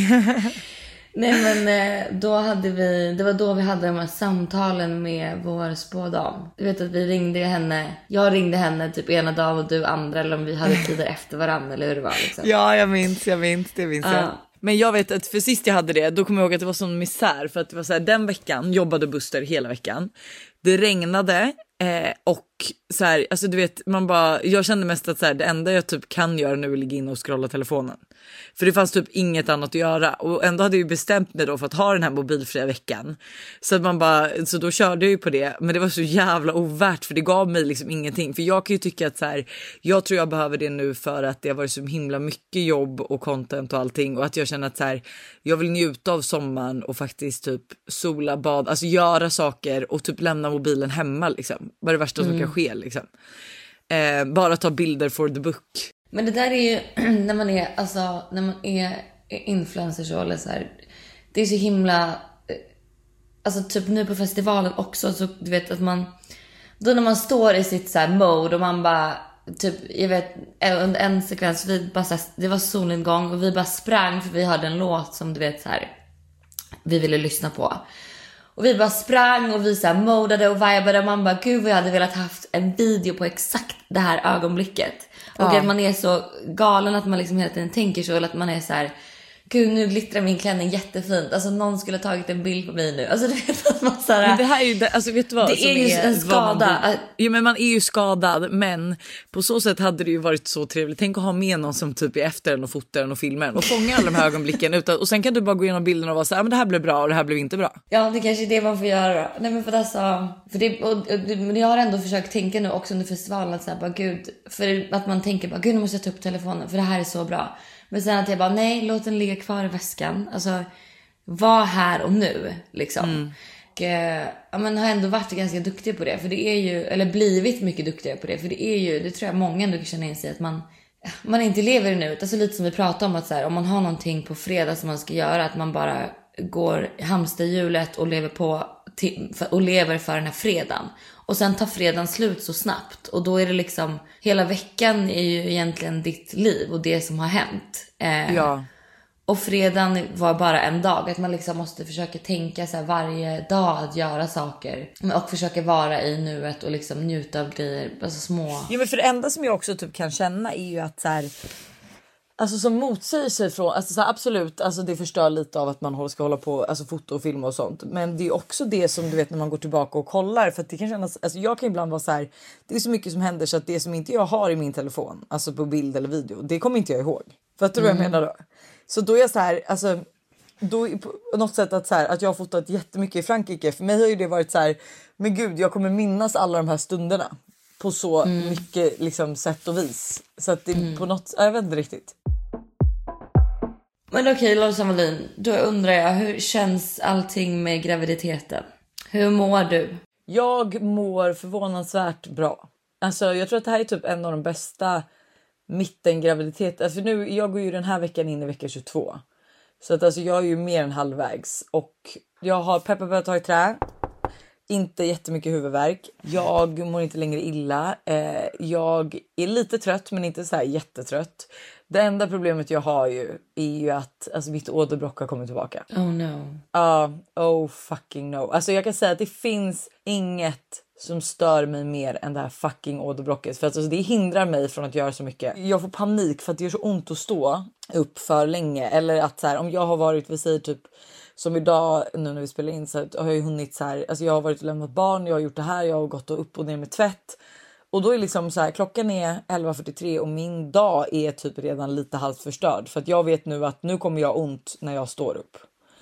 Nej, men då hade det var då vi hade de här samtalen med vår spådam. Du vet att jag ringde henne typ ena dagen och du andra, eller om vi hade tider efter varandra eller hur det var liksom. Ja, jag minns, det minns jag. Men jag vet att för sist jag hade det, då kommer jag ihåg att det var sån misär. För att det var så här, den veckan jobbade Buster hela veckan. Det regnade och så här, alltså du vet, jag kände mest att så här, det enda jag typ kan göra nu är ligga in och scrolla telefonen. För det fanns typ inget annat att göra. Och ändå hade jag ju bestämt mig då för att ha den här mobilfria veckan. Så att så då körde jag ju på det. Men det var så jävla ovärt, för det gav mig liksom ingenting. För jag kan ju tycka att så här, jag tror jag behöver det nu för att det har varit så himla mycket jobb och content och allting. Och att jag känner att så här, jag vill njuta av sommaren och faktiskt typ sola, bad, alltså göra saker och typ lämna mobilen hemma liksom. Vad är det värsta som kan ske liksom. Bara ta bilder for the book. Men det där är ju när man är influencer så, eller så här, det är så himla alltså typ nu på festivalen också, så du vet att man då när man står i sitt så här mode och man bara typ, jag vet under en sekvens det var solnedgång och vi bara sprang för vi hade en låt som du vet så här vi ville lyssna på. Och vi bara sprang och vi så här modade och vibade och man bara, gud vad jag hade velat haft en video på exakt det här ögonblicket. Och att man är så galen att man liksom hela tiden tänker så, eller att man är så här, gud nu glittrar min klänning jättefint. Alltså någon skulle ha tagit en bild på mig nu. Alltså du vet att man så här, men det här är ju, alltså vet du vad? Det är ju en skada. Ja, men man är ju skadad, men på så sätt hade det ju varit så trevligt. Tänk att ha med någon som typ är efter en och fotar en och filmar en och fånga alla de här ögonblicken och sen kan du bara gå igenom bilderna och vara så här, men det här blev bra och det här blev inte bra. Ja, det kanske är det man får göra. Nej, men men jag har ändå försökt tänka nu också under festivalen att så här, bara gud, för att man tänker bara, gud nu måste jag ta upp telefonen för det här är så bra. Men sen att jag bara, nej, låt den ligga kvar i väskan. Alltså, var här och nu, liksom. Och, men har ändå varit ganska duktig på det. För det är ju, eller blivit mycket duktigare på det. För det är ju, det tror jag många ändå kan känna in sig att man inte lever i nuet. Alltså lite som vi pratade om att så här, om man har någonting på fredag som man ska göra, att man bara går hamsterhjulet och lever för den här fredagen. Och sen tar fredagen slut så snabbt. Och då är det liksom, hela veckan är ju egentligen ditt liv och det som har hänt. Ja. Och fredagen var bara en dag. Att man liksom måste försöka tänka så här varje dag att göra saker. Och försöka vara i nuet och liksom njuta av grejer. Alltså små. Ja, men för det enda som jag också typ kan känna är ju att så här, alltså som motsäger sig från, alltså så här, absolut, alltså det förstör lite av att man ska hålla på, alltså foto och film och sånt, men det är också det som du vet när man går tillbaka och kollar, för att det kan kännas, alltså jag kan ibland vara så här, det är så mycket som händer så att det som inte jag har i min telefon, alltså på bild eller video, det kommer inte jag ihåg. För att du vad jag menar då? Så då är jag så här, alltså då på något sätt att så här, att jag har fotat jättemycket i Frankrike, för mig har ju det varit så här, men gud, jag kommer minnas alla de här stunderna på så mycket liksom sätt och vis, så att det på något, jag vet inte riktigt. Men okej, Lojsan Wallin, då undrar jag, hur känns allting med graviditeten? Hur mår du? Jag mår förvånansvärt bra. Alltså jag tror att det här är typ en av de bästa mittengraviditet. Alltså nu, jag går ju den här veckan in i vecka 22. Så att alltså jag är ju mer än halvvägs. Och jag har peppat tag i trä. Inte jättemycket huvudvärk. Jag mår inte längre illa. Jag är lite trött men inte så här jättetrött. Det enda problemet jag har är ju att alltså, mitt åderbråck har kommit tillbaka. Oh no. Oh fucking no. Alltså jag kan säga att det finns inget som stör mig mer än det här fucking åderbråcket. För att alltså, det hindrar mig från att göra så mycket. Jag får panik för att det gör så ont att stå upp för länge. Eller att så här, om jag har varit, vi säger typ som idag nu när vi spelar in så har jag ju hunnit så här. Alltså jag har varit och lämnat barn, jag har gjort det här, jag har gått upp och ner med tvätt. Och då är liksom så här, klockan är 11:43 och min dag är typ redan lite halvt förstörd. För att jag vet nu att nu kommer jag ont när jag står upp.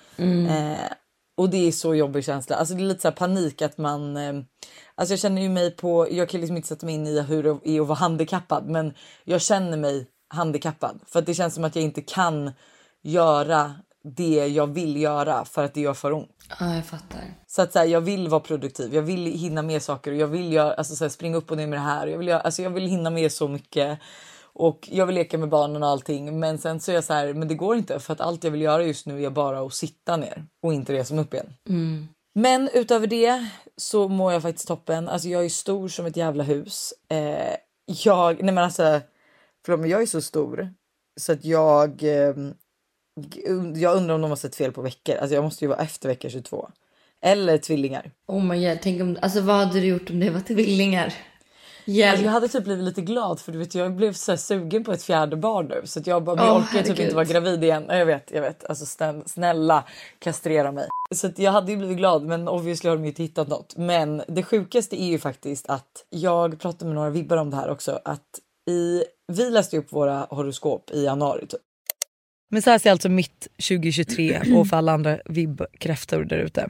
Och det är så jobbig känsla. Alltså det är lite så här panik att man... Alltså jag känner ju mig på... Jag kan liksom inte sätta mig in i hur det är att vara handikappad. Men jag känner mig handikappad. För att det känns som att jag inte kan göra det jag vill göra för att det gör för ont. Ja, jag fattar. Så att så här, jag vill vara produktiv. Jag vill hinna med saker. Och jag vill göra, alltså, så här, springa upp och ner med det här. Jag vill hinna med så mycket. Och jag vill leka med barnen och allting. Men sen så är jag så här, men det går inte. För att allt jag vill göra just nu är bara att sitta ner. Och inte resa upp igen. Men utöver det så mår jag faktiskt toppen. Alltså jag är stor som ett jävla hus. Nej men alltså, förlåt, jag är så stor. Så att jag undrar om de har sett fel på veckor. Alltså jag måste ju vara efter vecka 22. Eller tvillingar. Oh my god, tänk om... Alltså vad hade du gjort om det var tvillingar? Alltså jag hade typ blivit lite glad för du vet jag blev så här sugen på ett fjärde barn nu så att jag bara jag orkar typ inte vara gravid igen. Jag vet alltså snälla kastrera mig. Så att jag hade ju blivit glad men obviously har de ju inte hittat något. Men det sjukaste är ju faktiskt att jag pratade med några vibbar om det här också att vi läste upp våra horoskop i januari typ. Men så här ser alltså mitt 2023 och för alla andra vibbkräftor där ute.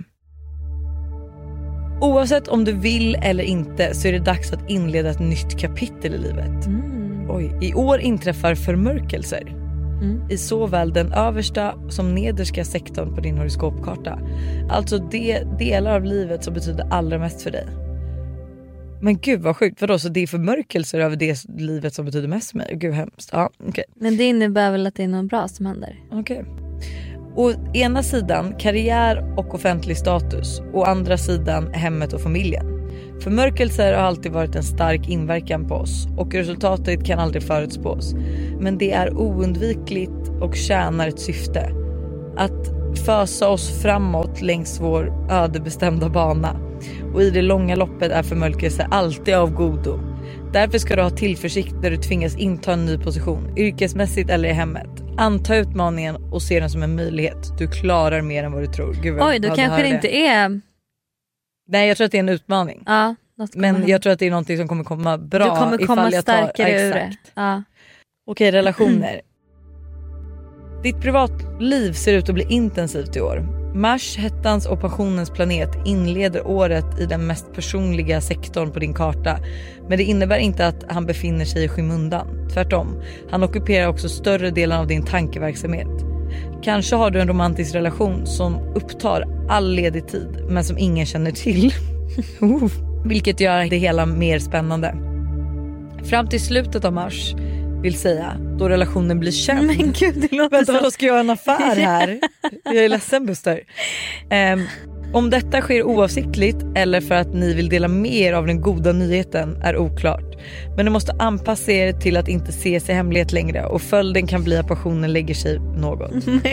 Oavsett om du vill eller inte så är det dags att inleda ett nytt kapitel i livet. I år inträffar förmörkelser. I såväl den översta som nederska sektorn på din horoskopkarta. Alltså det delar av livet som betyder allra mest för dig. Men gud vad sjukt, vadå? Så det är förmörkelser över det livet som betyder mest för mig? Gud hemskt. Ja, okay. Men det innebär väl att det är något bra som händer? Okej. Å ena sidan karriär och offentlig status. Å andra sidan hemmet och familjen. Förmörkelser har alltid varit en stark inverkan på oss. Och resultatet kan aldrig förutspås. Men det är oundvikligt och tjänar ett syfte. Att fösa oss framåt längs vår ödebestämda bana. Och i det långa loppet är förmörkelse alltid av godo. Därför ska du ha tillförsikt när du tvingas inta en ny position. Yrkesmässigt eller i hemmet. Anta utmaningen och se den som en möjlighet. Du klarar mer än vad du tror. Gud, oj, då kanske det inte är... Nej, jag tror att det är en utmaning. Ja, men jag tror att det är någonting som kommer komma bra. Du kommer komma starkare ur det. Ja. Okej, relationer. Ditt privatliv ser ut att bli intensivt i år. Mars, hettans och passionens planet inleder året i den mest personliga sektorn på din karta. Men det innebär inte att han befinner sig i skymundan. Tvärtom, han ockuperar också större delen av din tankeverksamhet. Kanske har du en romantisk relation som upptar all ledig tid men som ingen känner till. Vilket gör det hela mer spännande. Fram till slutet av mars vill säga, då relationen blir känd. Men gud, det låter vänta, vad ska jag göra en affär här? Jag är ledsen, Buster. Om detta sker oavsiktligt eller för att ni vill dela med er av den goda nyheten är oklart. Men du måste anpassa er till att inte se sig hemlighet längre och följden kan bli att passionen lägger sig något.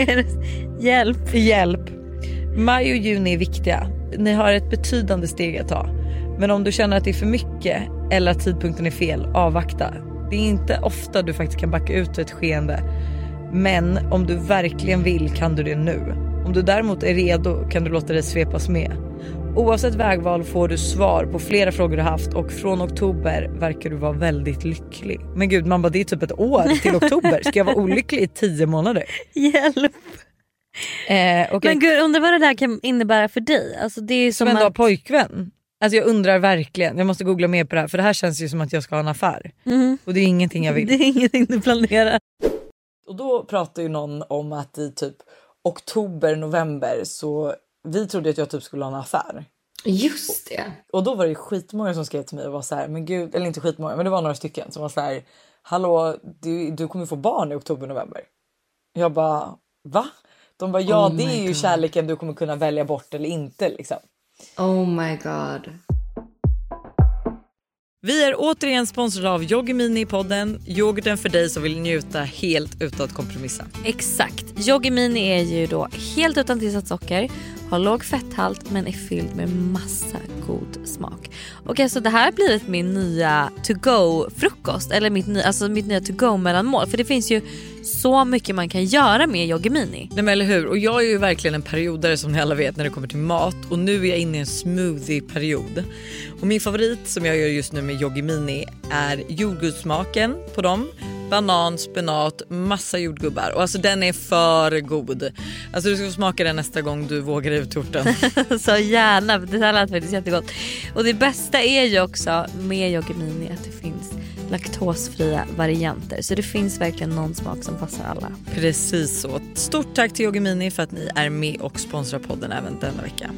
Hjälp. Maj och juni är viktiga. Ni har ett betydande steg att ta. Men om du känner att det är för mycket eller att tidpunkten är fel, avvakta. Det är inte ofta du faktiskt kan backa ut ett skeende. Men om du verkligen vill kan du det nu. Om du däremot är redo kan du låta dig svepas med. Oavsett vägval får du svar på flera frågor du haft. Och från oktober verkar du vara väldigt lycklig. Men gud, man bara, det är typ ett år till oktober. Ska jag vara olycklig i 10 månader? Hjälp. Okay. Men gud, undrar vad det där kan innebära för dig. Alltså, det är som ändå att... pojkvän. Alltså jag undrar verkligen. Jag måste googla mer på det här. För det här känns ju som att jag ska ha en affär. Och det är ingenting jag vill. Det är ingenting du planerar. Och då pratar ju någon om att i typ oktober, november så vi trodde att jag typ skulle ha en affär. Just det. Och då var det ju skitmånga som skrev till mig och var så här, men gud, eller inte skitmånga, men det var några stycken som var så här, hallå, du kommer få barn i oktober-november. Jag bara, va? De bara, ja, det är ju kärleken du kommer kunna välja bort eller inte liksom. Oh my god. Vi är återigen sponsrade av Yogimini i podden. Yoghurten för dig som vill njuta helt utan att kompromissa. Exakt. Yogimini är ju då helt utan tillsatt socker, har låg fetthalt men är fylld med massa god smak. Och alltså det här har blivit min nya to-go-frukost. Eller mitt nya to-go-mellanmål. För det finns ju så mycket man kan göra med Yogimini. Nej, men eller hur? Och jag är ju verkligen en periodare som ni alla vet när det kommer till mat. Och nu är jag inne i en smoothie-period. Och min favorit som jag gör just nu med Yogimini är jordgubbssmaken på dem. Banan, spenat, massa jordgubbar. Och alltså den är för god. Alltså du ska få smaka den nästa gång du vågar ut torten. Så gärna, det här lät faktiskt jättegott. Och det bästa är ju också med Yogimini att det finns laktosfria varianter. Så det finns verkligen någon smak som passar alla. Precis så. Stort tack till Yogimini för att ni är med och sponsrar podden även denna vecka.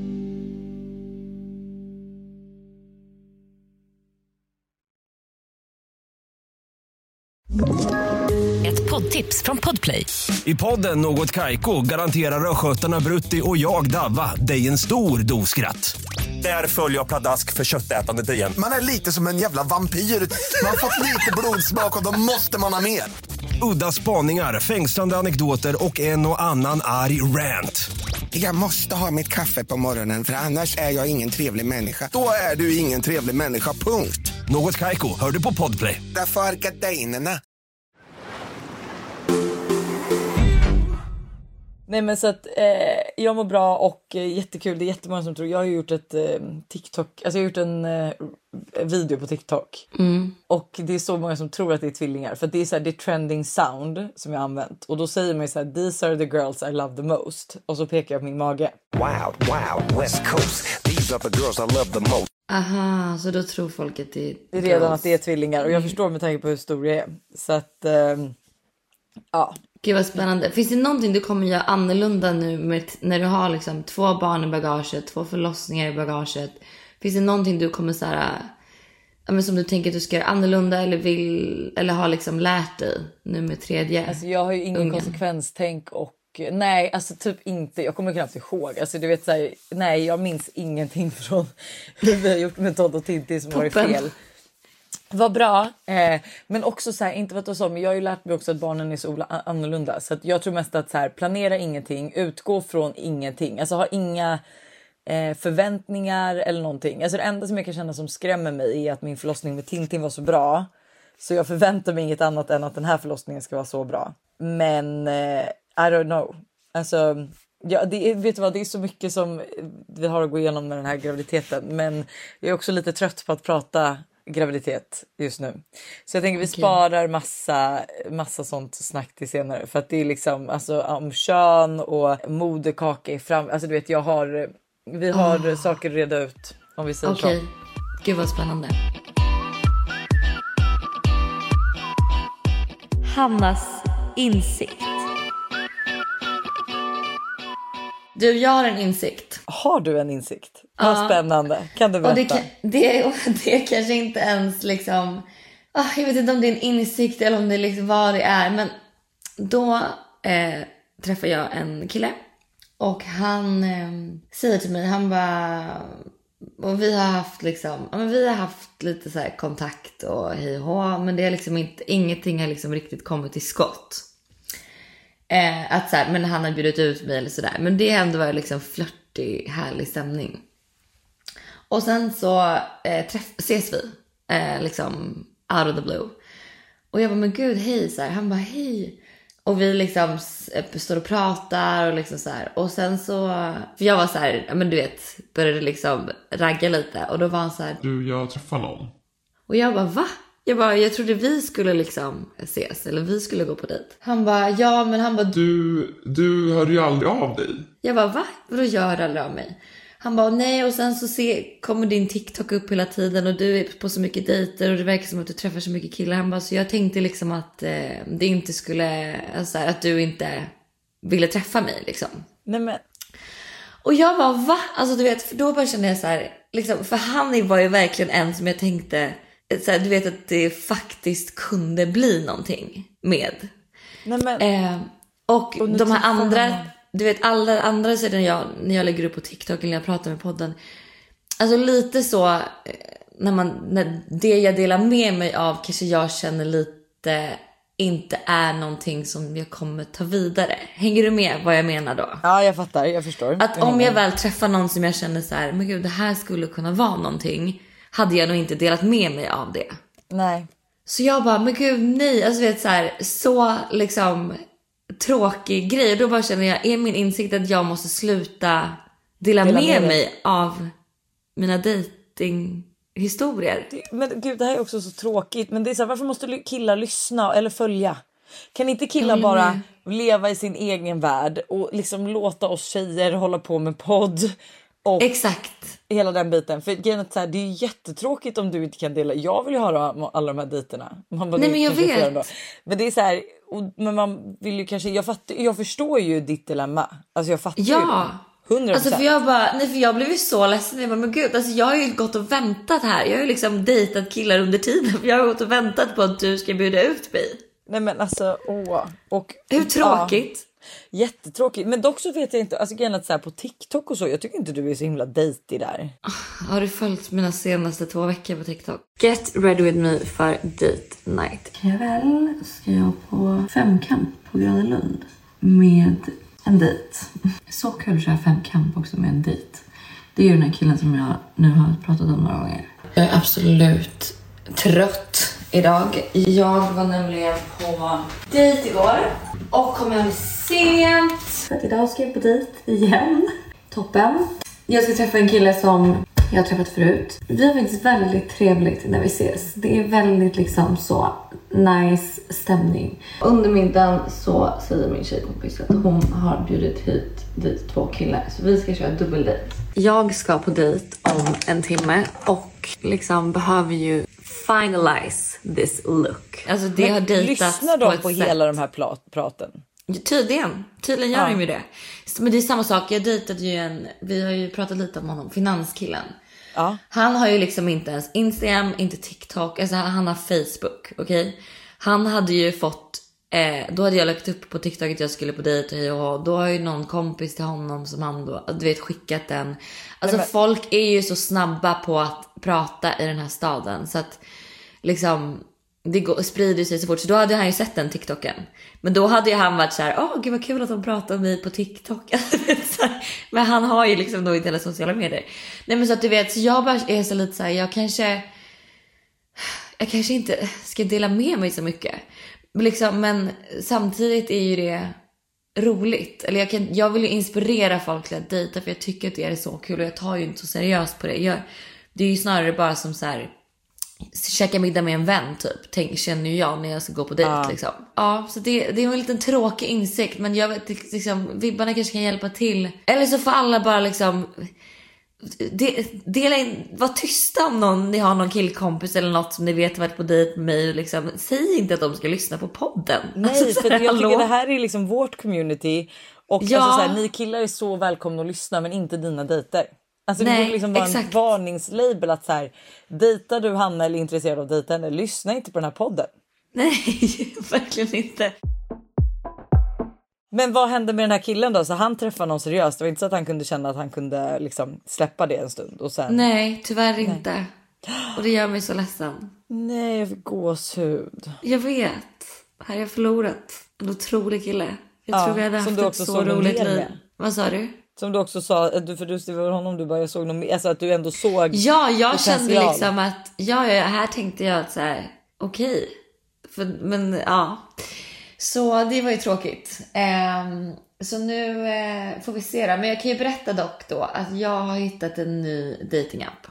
Ett poddtips från Podplay. I podden Något Kaiko garanterar röskötarna Brutti och jag Davva dig en stor doskratt. Där följer jag pladask för köttätandet igen. Man är lite som en jävla vampyr. Man har fått lite blodsmak och då måste man ha mer. Udda spaningar, fängslande anekdoter och en och annan arg rant. Jag måste ha mitt kaffe på morgonen för annars är jag ingen trevlig människa. Då är du ingen trevlig människa, punkt. Något Kaiko, hör du på Podplay. Därför är gardinerna. Nej men så att jag mår bra och jättekul. Det är jättemånga som tror. Jag har gjort ett TikTok. Alltså jag har gjort en video på TikTok. Och det är så många som tror att det är tvillingar. För det är så här, det är trending sound som jag har använt. Och då säger man ju så här, these are the girls I love the most. Och så pekar jag på min mage. Wow, West Coast. These are the girls I love the most. Aha, så då tror folk att det är redan girls. Att det är tvillingar. Och jag förstår med tanke på hur stor jag är. Så att, ja. Gud vad spännande. Finns det någonting du kommer göra annorlunda nu när du har liksom 2 barn i bagaget, 2 förlossningar i bagaget? Finns det någonting du kommer så här, men som du tänker att du ska göra annorlunda eller vill eller har liksom lärt dig nu med 3:e? Alltså jag har ju ingen konsekvenstänk och nej, alltså typ inte. Jag kommer knappt ihåg. Alltså du vet så här, nej, jag minns ingenting från hur vi har gjort med Todd och Tintin som var fel. Vad bra, men också så här, inte vad det så, men jag har ju lärt mig också att barnen är så annorlunda. Så att jag tror mest att så här, planera ingenting, utgå från ingenting. Alltså ha inga förväntningar eller någonting. Alltså det enda som jag kan känna som skrämmer mig är att min förlossning med Tintin var så bra. Så jag förväntar mig inget annat än att den här förlossningen ska vara så bra. Men I don't know. Alltså, ja, vet du vad, det är så mycket som vi har att gå igenom med den här graviditeten. Men jag är också lite trött på att prata graviditet just nu. Så jag tänker vi sparar massa sånt snack till senare. För att det är liksom alltså, om kön och moderkaka i fram. Alltså du vet, vi har saker att reda ut om vi säger så. Gud vad spännande. Hannas insikt. Du, jag har en insikt. Har du en insikt? Vad spännande. Kan du berätta? Och det är kanske inte ens liksom... jag vet inte om det är en insikt eller om det är liksom vad det är. Men då träffade jag en kille. Och han säger till mig, han bara... Och vi har haft liksom... vi har haft lite så här kontakt och hej och hå. Men det är liksom ingenting har liksom riktigt kommit till skott. Att så här, men han har bjudit ut mig eller sådär. Men det ändå var liksom flörtig, härlig stämning. Och sen så ses vi liksom out of the blue. Och jag bara, men gud, hej så här. Han bara, hej. Och vi liksom står och pratar och liksom så här. Och sen så, för jag var så här, men du vet, började liksom ragga lite. Och då var han så här, du, jag träffar någon. Och jag bara, va? Jag trodde vi skulle liksom ses. Eller vi skulle gå på dejt. Han bara, ja men han bara... Du hörde ju aldrig av dig. Jag bara, va? Vadå gör aldrig av mig? Han bara, nej, och sen så kommer din TikTok upp hela tiden. Och du är på så mycket dejter. Och det verkar som att du träffar så mycket killar. Han bara, så jag tänkte liksom att det inte skulle... Alltså, att du inte ville träffa mig liksom. Nej men... Och jag bara, va? Alltså du vet, för då bara kände jag så här, liksom, för han var ju verkligen en som jag tänkte, så här, du vet att det faktiskt kunde bli någonting med. Nej, men... Och de här andra, du vet alla andra sidan när jag lägger upp på TikTok eller när jag pratar med podden. Alltså lite så, när det jag delar med mig av kanske jag känner lite inte är någonting som jag kommer ta vidare. Hänger du med vad jag menar då? Ja, jag fattar, jag förstår. Att om jag väl träffar någon som jag känner så här, men gud, det här skulle kunna vara någonting, hade jag nog inte delat med mig av det. Nej. Så jag bara, men gud, nej. Alltså vet så liksom tråkig grej. Och då bara känner jag, är min insikt att jag måste sluta dela med mig av mina datinghistorier. Men gud, det här är också så tråkigt. Men det är så här, varför måste killar lyssna eller följa? Kan inte killar bara leva i sin egen värld och liksom låta oss tjejer hålla på med podd? Och exakt. Hela den biten. För det är ju jättetråkigt om du inte kan dela. Jag vill ju höra alla de här dejterna. Nej, men jag vet. Men det är så här, men man vill ju kanske, jag förstår ju ditt dilemma. Alltså jag fattar ju. 100%. Alltså för jag blev ju så ledsen. Jag bara, men gud, alltså jag har ju gått och väntat här. Jag har ju liksom dejtat killar under tiden. Jag har gått och väntat på att du ska bjuda ut mig. Nej men alltså, Och hur tråkigt? Jättetråkigt. Men dock så vet jag inte, alltså gärna så här på TikTok och så, jag tycker inte du är så himla dejtig där. Har du följt mina senaste 2 veckor på TikTok? Get ready with me för date night. Ikväll ska jag på femkamp på Gröna Lund med en dejt. Så kul att köra femkamp också med en dejt. Det är ju den här killen som jag nu har pratat om några gånger. Jag är absolut trött idag. Jag var nämligen på dejt igår och kom hem sent. Så att idag ska jag på dejt igen. Toppen. Jag ska träffa en kille som jag har träffat förut. Vi har faktiskt väldigt trevligt när vi ses. Det är väldigt liksom så nice stämning. Under middagen så säger min tjejkompis att hon har bjudit hit dit 2 killar. Så vi ska köra dubbeldejt. Jag ska på dejt om 1 timme och liksom behöver ju finalize this look. Alltså det har dejtats lyssnar de på hela de här praten? Tydligen gör de ju det. Men det är samma sak, jag dejtade ju vi har ju pratat lite om honom, finanskillen. Ja. Han har ju liksom inte ens Instagram, inte TikTok, alltså han har Facebook, okej? Han hade ju fått, då hade jag lagt upp på TikTok att jag skulle på dejt och då har ju någon kompis till honom som han då, du vet, skickat den. Alltså folk är ju så snabba på att prata i den här staden så att liksom det sprider sig så fort. Så då hade han ju sett den TikToken. Men då hade ju han varit så här, gud vad kul att de pratar om mig på TikTok. Men han har ju liksom då inte hela sociala medier. Nej men så att du vet, så jag bara är så lite så här, jag kanske inte ska dela med mig så mycket. Liksom, men samtidigt är ju det roligt. Eller jag vill ju inspirera folk till att dejta för jag tycker att det är så kul och jag tar ju inte så seriöst på det. Det är ju snarare bara som så här, käka middag med en vän typ, känner ju jag när jag ska gå på dejt liksom. Ja, så det är en liten tråkig insikt, men jag vet liksom, vibbarna kanske kan hjälpa till. Eller så får alla bara liksom dela in, var tysta om ni har någon killkompis eller något som ni vet varit på dejt med mig liksom. Säg inte att de ska lyssna på podden. Nej, alltså, för jag tycker det här är liksom vårt community och alltså, så här, ni killar är så välkomna att lyssna men inte dina dejter. Alltså det borde liksom vara en varningslabel att så här, dejtar du Hanna eller är intresserad av dejten, eller lyssna inte på den här podden. Nej, verkligen inte. Men vad hände med den här killen då? Så han träffade någon seriöst. Det var inte så att han kunde känna att han kunde liksom släppa det en stund och sen... Nej, tyvärr inte. Och det gör mig så ledsen. Nej, jag fick gåshud. Jag vet. Här har jag förlorat en otrolig kille. Jag tror vi hade haft ett så roligt liv. Vad sa du? Som du också sa, för du ser honom, du bara såg någon, alltså att du ändå såg. Ja, jag kände liksom att här tänkte jag att så här, okej. Men ja. Så det var ju tråkigt. Så nu får vi se det. Men jag kan ju berätta dock då att jag har hittat en ny datingapp.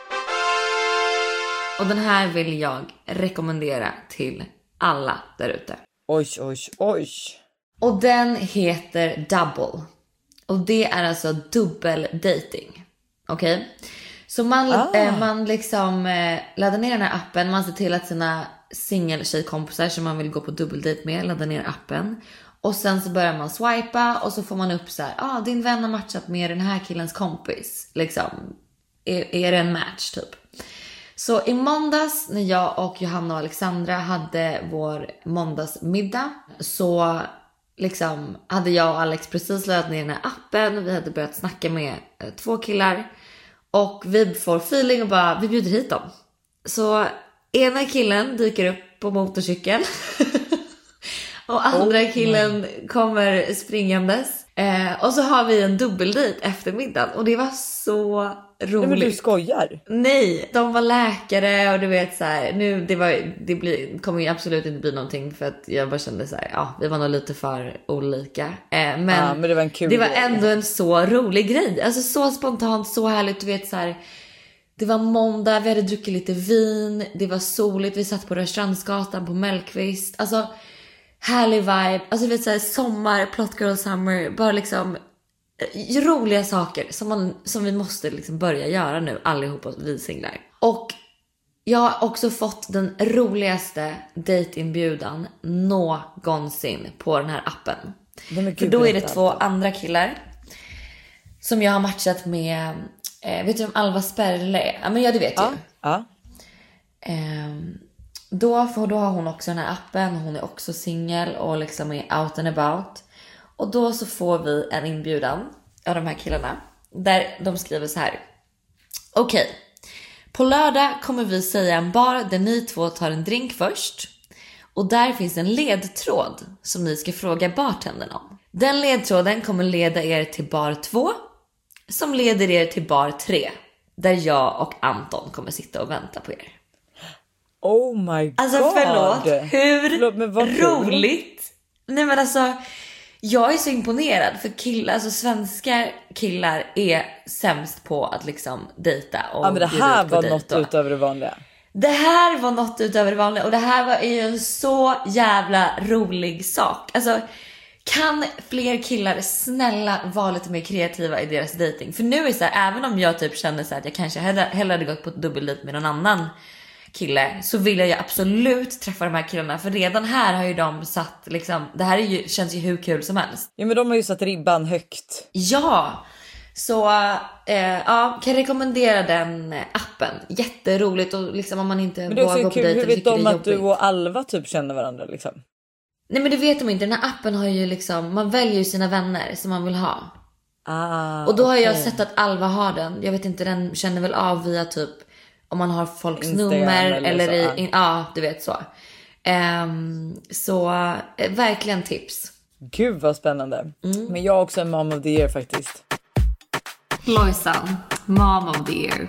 Och den här vill jag rekommendera till alla där ute. Oj. Och den heter Double. Och det är alltså dubbeldating. Okej? Så man liksom laddar ner den här appen. Man ser till att sina singeltjejkompisar som man vill gå på dubbeldate med laddar ner appen. Och sen så börjar man swipa och så får man upp så här, din vän har matchat med den här killens kompis. Liksom, är det en match typ? Så i måndags när jag och Johanna och Alexandra hade vår måndagsmiddag så liksom hade jag och Alex precis laddat ner den här appen. Vi hade börjat snacka med 2 killar. Och vi får feeling och bara, vi bjuder hit dem. Så ena killen dyker upp på motorcykeln. Och andra killen kommer springandes. Och så har vi en dubbeldejt efter middagen. Och det var så roligt. Nej, men du skojar? Nej, de var läkare och du vet så här, nu kommer ju absolut inte bli någonting för att jag bara kände så här, vi var nog lite för olika. Men det var en kul det var grej. ändå en så rolig grej. Alltså så spontant, så härligt, du vet så här. Det var måndag, vi hade druckit lite vin, det var soligt, vi satt på Rörstrandsgatan på Mellqvist. Alltså härlig vibe, alltså du vet så här, sommar, plot girl summer, bara liksom roliga saker som vi måste liksom börja göra nu allihopa, vi singlar. Och jag har också fått den roligaste dejtinbjudan någonsin på den här appen. För då är det 2 andra killar som jag har matchat med. Vet du om Alva Sperle är? Ja, men det vet jag. Ja. Då har hon också den här appen. Hon är också singel och liksom är out and about. Och då så får vi en inbjudan av de här killarna där de skriver så här: Okej, på lördag kommer vi säga en bar där ni 2 tar en drink först. Och där finns en ledtråd som ni ska fråga bartendern om. Den ledtråden kommer leda er till bar 2, som leder er till bar 3, där jag och Anton kommer sitta och vänta på er. Oh my god. Alltså förlåt, men vad roligt. Nej men alltså, jag är så imponerad för killar, alltså svenska killar är sämst på att liksom dejta och men det här var något utöver det vanliga. Det här var något utöver det vanliga och det här är ju en så jävla rolig sak. Alltså, kan fler killar snälla vara lite mer kreativa i deras dating? För nu är det så här, även om jag typ känner så här att jag kanske hellre hade gått på ett dubbeldejt med någon annan kille, så vill jag ju absolut träffa de här killarna. För redan här har ju de satt liksom, det här känns ju hur kul som helst. Ja, men de har ju satt ribban högt. Ja, så kan rekommendera den appen. Jätteroligt och liksom om man inte vågar gå på dejt. Hur vet de att du och Alva typ känner varandra liksom? Nej men det vet de inte. Den här appen har ju liksom, man väljer ju sina vänner som man vill ha. Och då har jag sett att Alva har den. Jag vet inte, den känner väl av via typ om man har folks Instagram nummer eller du vet så. Så verkligen tips. Gud vad spännande. Men jag är också en mom of the year faktiskt. Lojsan, mom of the year.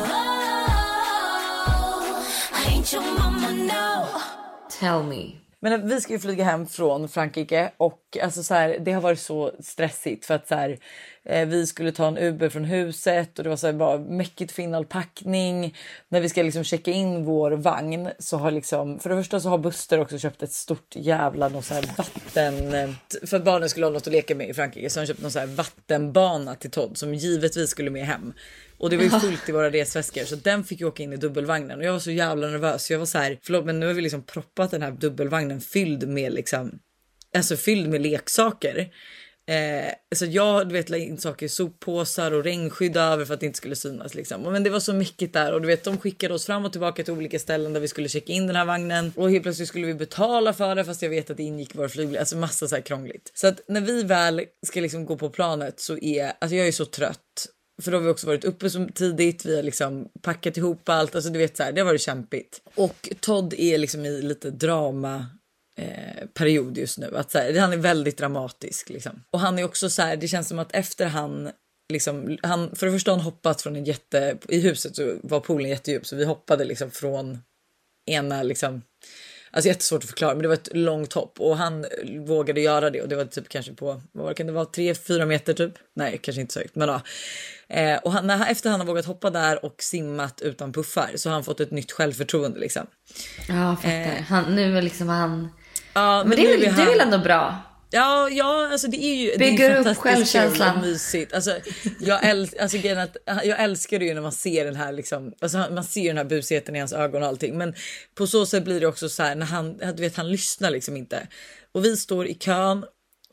Tell me. Men vi ska ju flyga hem från Frankrike och alltså så här, det har varit så stressigt för att så här, vi skulle ta en Uber från huset och det var så här bara mäckigt final packning. När vi ska liksom checka in vår vagn så har liksom, för det första så har Buster också köpt ett stort jävla någon så här vatten, för att barnen skulle ha något att leka med i Frankrike, så han köpt någon så här vattenbana till Todd som givetvis skulle med hem. Och det var ju fullt i våra resväskor, så den fick ju åka in i dubbelvagnen. Och jag var så jävla nervös. Jag var så här, förlåt men nu har vi liksom proppat den här dubbelvagnen fylld med liksom, alltså fylld med leksaker. Så jag, du vet, la in saker i soppåsar och regnskydd över för att det inte skulle synas liksom. Men det var så mycket där och du vet, de skickade oss fram och tillbaka till olika ställen där vi skulle checka in den här vagnen. Och helt plötsligt skulle vi betala för det fast jag vet att det ingick vår flygbiljett. Alltså massa så här krångligt. Så att när vi väl ska liksom gå på planet så alltså jag är så trött. För då har vi också varit uppe så tidigt, vi har liksom packat ihop allt, alltså du vet så här, det har varit kämpigt. Och Todd är liksom i lite drama period just nu, att så här, han är väldigt dramatisk liksom. Och han är också så här, det känns som att efter han för det första han hoppat från i huset så var poolen jättedjup, så vi hoppade liksom från ena liksom, alltså jättesvårt att förklara, men det var ett långt hopp och han vågade göra det och det var typ kanske på, vad kan det vara, 3-4 meter typ? Nej, kanske inte så högt, men ja. Och efter han har vågat hoppa där och simmat utan puffar så har han fått ett nytt självförtroende liksom. Ja, fattar. Nu är liksom han... Ja, men det är väl ändå bra? Ja, alltså det är ju bygger upp självkänslan. Mysigt. Alltså jag älskar det ju när man ser den här liksom, alltså man ser den här busigheten i hans ögon och allting, men på så sätt blir det också så här när han lyssnar liksom inte. Och vi står i kön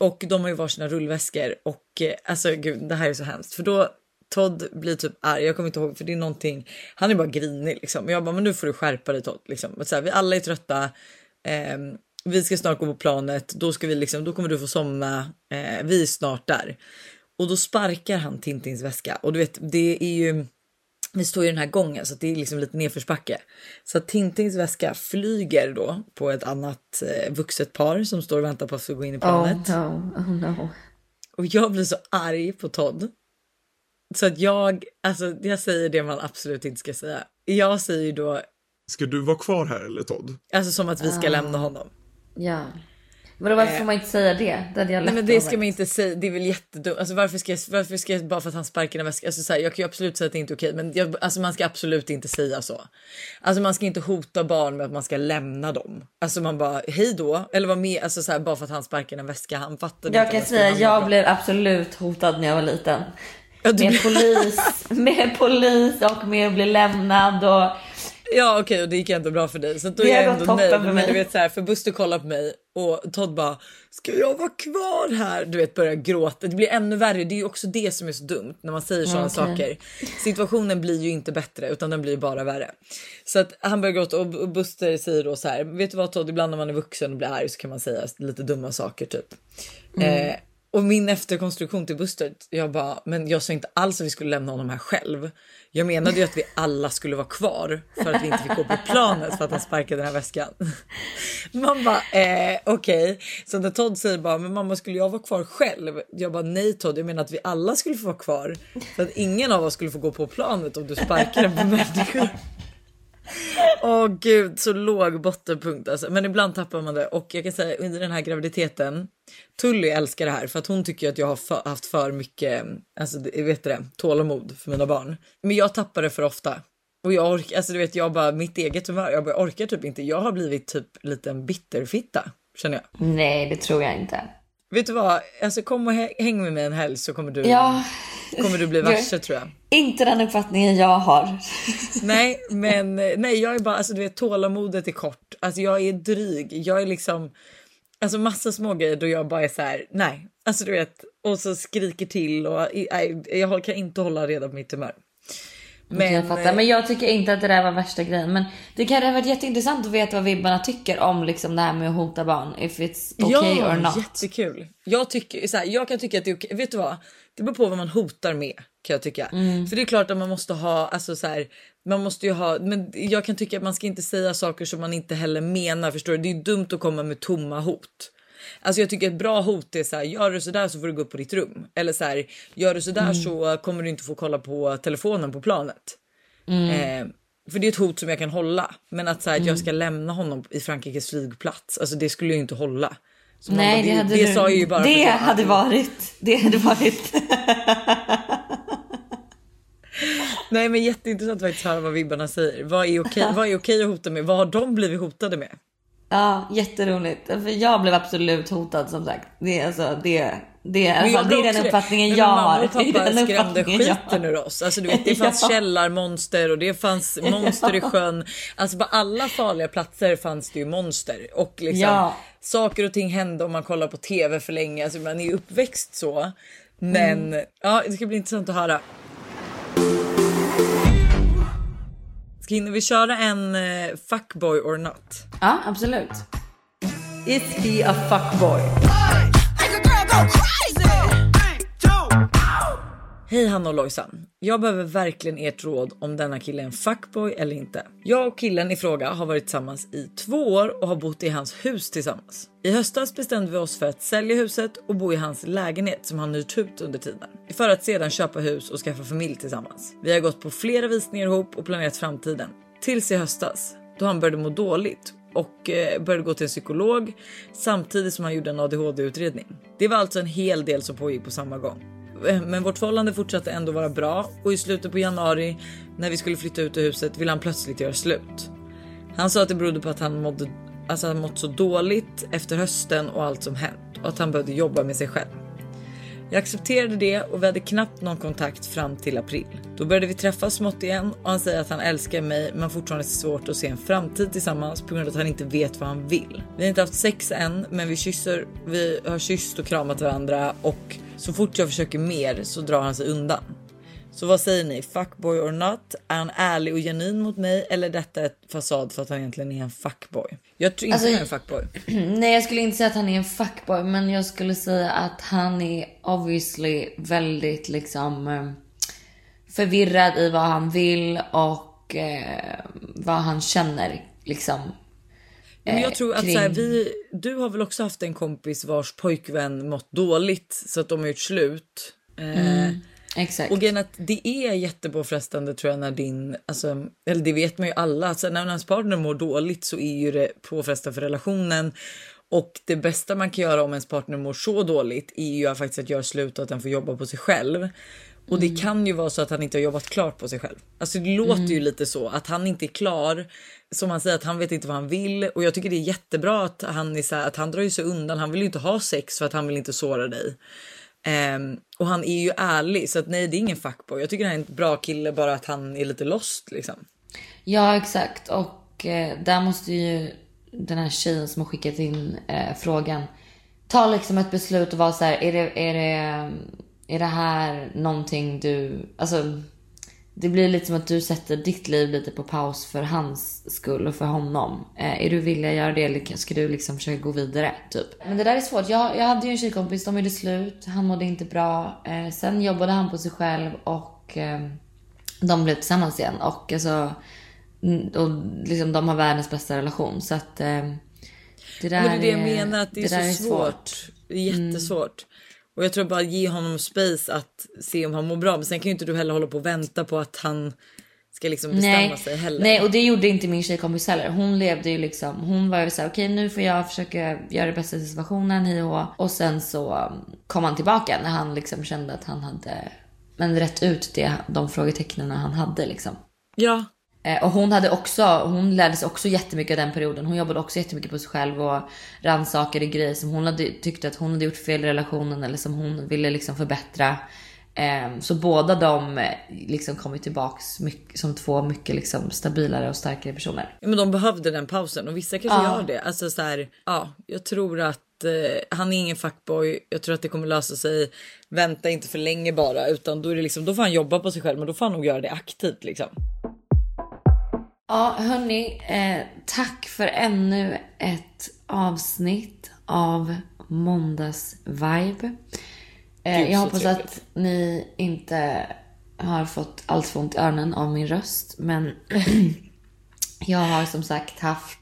Och de har ju varsina rullväskor och alltså gud, det här är så hemskt. För då Todd blir typ arg, jag kommer inte ihåg för det är någonting, han är bara grinig liksom. Jag bara, men nu får du skärpa dig Todd liksom. Så här, vi alla är trötta, vi ska snart gå på planet, då ska vi liksom, då kommer du få somna, vi är snart där. Och då sparkar han Tintins väska och du vet, det är ju, vi står i den här gången så att det är liksom lite nedförsbacke. Så att Tintins väska flyger då på ett annat vuxet par som står och väntar på att få gå in i planet. Oh no. Och jag blir så arg på Todd. Så att jag säger det man absolut inte ska säga. Jag säger ju då... Ska du vara kvar här eller Todd? Alltså som att vi ska lämna honom. Ja. Men varför får man inte säga det? Nej men det ska man inte säga, det är väl jättedumt. Alltså varför ska jag bara för att han sparkar en väska, alltså så här, jag kan ju absolut säga att det inte är okej, men alltså man ska absolut inte säga så. Alltså man ska inte hota barn med att man ska lämna dem. Alltså man bara, hej då, eller vad med, alltså så här, bara för att han sparkar en väska, han fattar inte. Jag kan säga, jag blev absolut hotad när jag var liten. Ja, med polis och med att bli lämnad och... Ja okej, och det gick ändå bra för dig. Så då är jag ändå nöjd. Men du vet så här, för Buster kollar på mig och Todd bara, ska jag vara kvar här? Du vet, börjar gråta. Det blir ännu värre. Det är ju också det som är så dumt när man säger sådana saker. Situationen blir ju inte bättre utan den blir bara värre. Så att han börjar gråta och Buster säger då så här, vet du vad Todd, ibland när man är vuxen och blir arg så kan man säga lite dumma saker typ. Och min efterkonstruktion till Buster, jag bara, men jag sa inte alls att vi skulle lämna honom här själv. Jag menade ju att vi alla skulle vara kvar för att vi inte fick gå på planet för att han sparkade den här väskan. Man bara, okej. Så när Todd säger bara, men mamma, skulle jag vara kvar själv? Jag bara, nej Todd, jag menar att vi alla skulle få vara kvar. För att ingen av oss skulle få gå på planet om du sparkade på människor. Åh gud, så låg bottenpunkt alltså. Men ibland tappar man det. Och jag kan säga, under den här graviditeten, Tully älskar det här för att hon tycker att jag har haft för mycket, alltså vet det, tålamod för mina barn. Men jag tappar det för ofta. Och jag orkar, alltså du vet, jag bara, mitt eget humör, jag bara orkar typ inte. Jag har blivit typ lite en bitterfitta, känner jag. Nej, det tror jag inte. Vet du vad, alltså kom och häng med mig en helg så kommer du bli varse tror jag. Inte den uppfattningen jag har. Nej, men nej, jag är bara, alltså du vet, tålamodet är kort. Alltså jag är dryg, jag är liksom, alltså massa små grejer då jag bara är så här, nej, alltså du vet, och så skriker till och jag kan inte hålla reda på mitt humör. Men jag tycker inte att det där var värsta grejen. Men det kan ha varit jätteintressant att veta vad vibbarna tycker om liksom det här med att hota barn. If it's okay or not. Jättekul. Jag tycker så här, jag kan tycka att det är okej. Vet du vad? Det beror på vad man hotar med, kan jag tycka. För det är klart att man måste ha, alltså så här, man måste ju ha, men jag kan tycka att man ska inte säga saker som man inte heller menar, förstår du? Det är ju dumt att komma med tomma hot. Alltså jag tycker ett bra hot är så här, gör du så där så får du gå upp på ditt rum. Eller så här, gör du så där så kommer du inte få kolla på telefonen på planet. För det är ett hot som jag kan hålla. Men att så här, att jag ska lämna honom i Frankrikes flygplats, alltså det skulle jag ju inte hålla. Så nej, bara, det sa jag ju bara. Det hade varit. Nej, men jätteintressant faktiskt att höra vad vibbarna säger. Vad är okej? Vad är okej att hota med? Vad har de blivit hotade med? Ja, jätteroligt. För jag blev absolut hotad som sagt. Det är alltså det är den uppfattningen jag har. Mamma och pappa skrämde skiten ur oss. Alltså du vet, det fanns källarmonster och det fanns monster i sjön. Alltså på alla farliga platser fanns det ju monster. Och liksom saker och ting hände om man kollar på tv för länge. Alltså man är ju uppväxt så. Men ja, det ska bli intressant att höra. Hinner vi köra en fuckboy or not? Ja, absolut. Is he a fuckboy? Hej Hanna och Lojsan. Jag behöver verkligen ert råd om denna kille är en fuckboy eller inte. Jag och killen i fråga har varit tillsammans i 2 år och har bott i hans hus tillsammans. I höstas bestämde vi oss för att sälja huset och bo i hans lägenhet som han hyrt ut under tiden. För att sedan köpa hus och skaffa familj tillsammans. Vi har gått på flera visningar ihop och planerat framtiden. Tills i höstas, då han började må dåligt och började gå till en psykolog samtidigt som han gjorde en ADHD-utredning. Det var alltså en hel del som pågick på samma gång. Men vårt förhållande fortsatte ändå vara bra och i slutet på januari när vi skulle flytta ut ur huset ville han plötsligt göra slut. Han sa att det berodde på att han mått så dåligt efter hösten och allt som hänt och att han började jobba med sig själv. Jag accepterade det och vi hade knappt någon kontakt fram till april. Då började vi träffas smått igen och han säger att han älskar mig men fortfarande är svårt att se en framtid tillsammans på grund av att han inte vet vad han vill. Vi har inte haft sex än men vi har kysst och kramat varandra och så fort jag försöker mer så drar han sig undan. Så vad säger ni? Fuckboy or not? Är han ärlig och genuin mot mig eller detta är ett fasad för att han egentligen är en fuckboy? Jag tror inte han är en fuckboy. Nej, jag skulle inte säga att han är en fuckboy, men jag skulle säga att han är obviously väldigt liksom förvirrad i vad han vill och vad han känner liksom. Men jag tror att så här, du har väl också haft en kompis vars pojkvän mått dåligt så att de har gjort slut. Exakt. Och grejen att det är jättepåfrestande tror jag när eller det vet man ju alla, alltså när ens partner mår dåligt så är ju det påfrestande för relationen och det bästa man kan göra om ens partner mår så dåligt är ju faktiskt att göra slut och att den får jobba på sig själv. Och det kan ju vara så att han inte har jobbat klart på sig själv. Alltså det låter ju lite så att han inte är klar, som han säger att han vet inte vad han vill och jag tycker det är jättebra att han är så här, att han drar ju sig undan, han vill ju inte ha sex för att han vill inte såra dig. Och han är ju ärlig så att nej, det är ingen fuckboy. Jag tycker han är en bra kille, bara att han är lite lost liksom. Ja, exakt. Och där måste ju den här tjejen som har skickat in frågan ta liksom ett beslut och vara så här, är det här någonting du, alltså det blir lite som att du sätter ditt liv lite på paus för hans skull och för honom. Är du villig att göra det eller ska du liksom försöka gå vidare typ? Men det där är svårt. Jag hade ju en tjejkompis, de gjorde slut, han mådde inte bra. Sen jobbade han på sig själv och de blev tillsammans igen. Och alltså och liksom, de har världens bästa relation. Så att det där men det är det jag menar, att det är så svårt. Det är jättesvårt. Och jag tror bara ge honom space att se om han mår bra. Men sen kan ju inte du heller hålla på och vänta på att han ska liksom bestämma sig heller. Nej, och det gjorde inte min tjejkompis heller. Hon levde ju liksom, hon var ju såhär, okej, nu får jag försöka göra det bästa i situationen, hej och. Och sen så kom han tillbaka när han liksom kände att han hade rätt ut de frågetecknen han hade liksom. Ja. Och hon lärde sig också jättemycket av den perioden. Hon jobbade också jättemycket på sig själv och rannsakade grejer som hon hade tyckt att hon hade gjort fel i relationen eller som hon ville liksom förbättra. Så båda de liksom kom tillbaks som två mycket liksom stabilare och starkare personer. Ja, men de behövde den pausen och vissa kanske gör det. Alltså så här, jag tror att han är ingen fuckboy. Jag tror att det kommer lösa sig. Vänta inte för länge bara, utan då är det liksom, då får han jobba på sig själv, men då får han nog göra det aktivt liksom. Ja, hörni, tack för ännu ett avsnitt av Måndagsvibe. Jag hoppas att ni inte har fått allt för ont i öronen av min röst, men jag har som sagt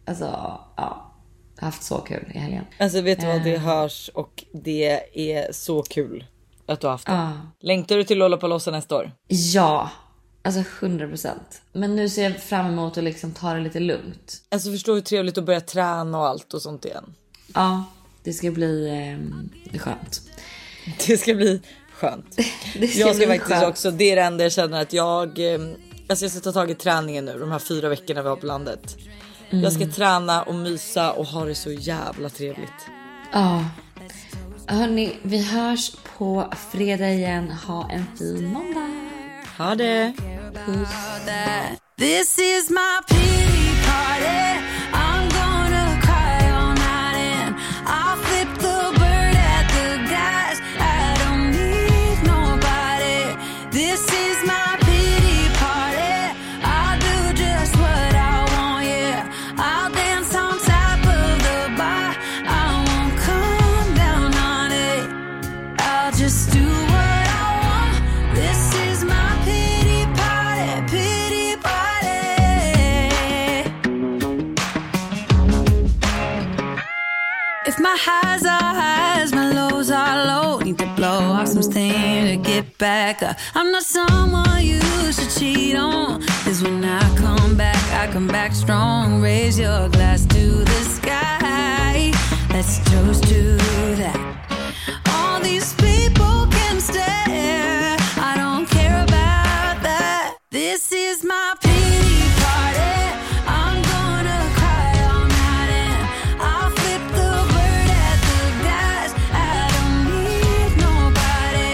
haft så kul i helgen. Alltså vet du vad, det hörs och det är så kul att du har haft det. Längtar du till Lollapalooza nästa år? Ja. Alltså 100%. Men nu ser jag fram emot att liksom ta det lite lugnt. Alltså förstår hur trevligt att börja träna och allt och sånt igen. Ja, det ska bli skönt. Det ska bli skönt. Jag ska faktiskt också, det är det enda jag känner att jag ska ta tag i träningen nu, de här 4 veckorna vi har på landet. Jag ska träna och mysa och ha det så jävla trevligt. Ja. Hörni, vi hörs på fredag igen. Ha en fin måndag. Ha det. Puss. This is my pity party. I'm gonna cry all night and I'll flip the bird at the guys. I don't need nobody. This is my pity party. I'll do just what I want, yeah. I'll dance on top of the bar. I won't come down on it. I'll just do what I want. This is my pity party, pity party. If my highs are highs, my lows are low. Need to blow off some steam to get back up. I'm not someone you should cheat on. 'Cause when I come back strong. Raise your glass to the sky. Let's toast to that. All these people can stare. I don't care about that. This is my pity party. I'm gonna cry all night and I'll flip the bird at the guys. I don't need nobody.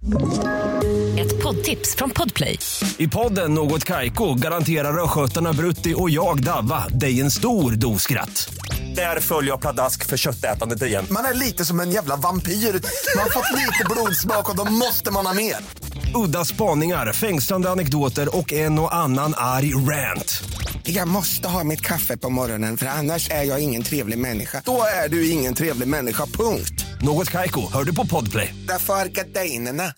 Ett poddtips från Podplay. I podden Något Kaiko garanterar östgötarna Brutti och jag Davva dig en stor dos skratt. Där följer jag pladask för köttätandet igen. Man är lite som en jävla vampyr. Man har fått lite blodsmak och då måste man ha mer. Udda spaningar, fängslande anekdoter och en och annan arg rant. Jag måste ha mitt kaffe på morgonen, för annars är jag ingen trevlig människa. Då är du ingen trevlig människa, punkt. Något Kaiko, hör du på Podplay. Därför är gardinerna.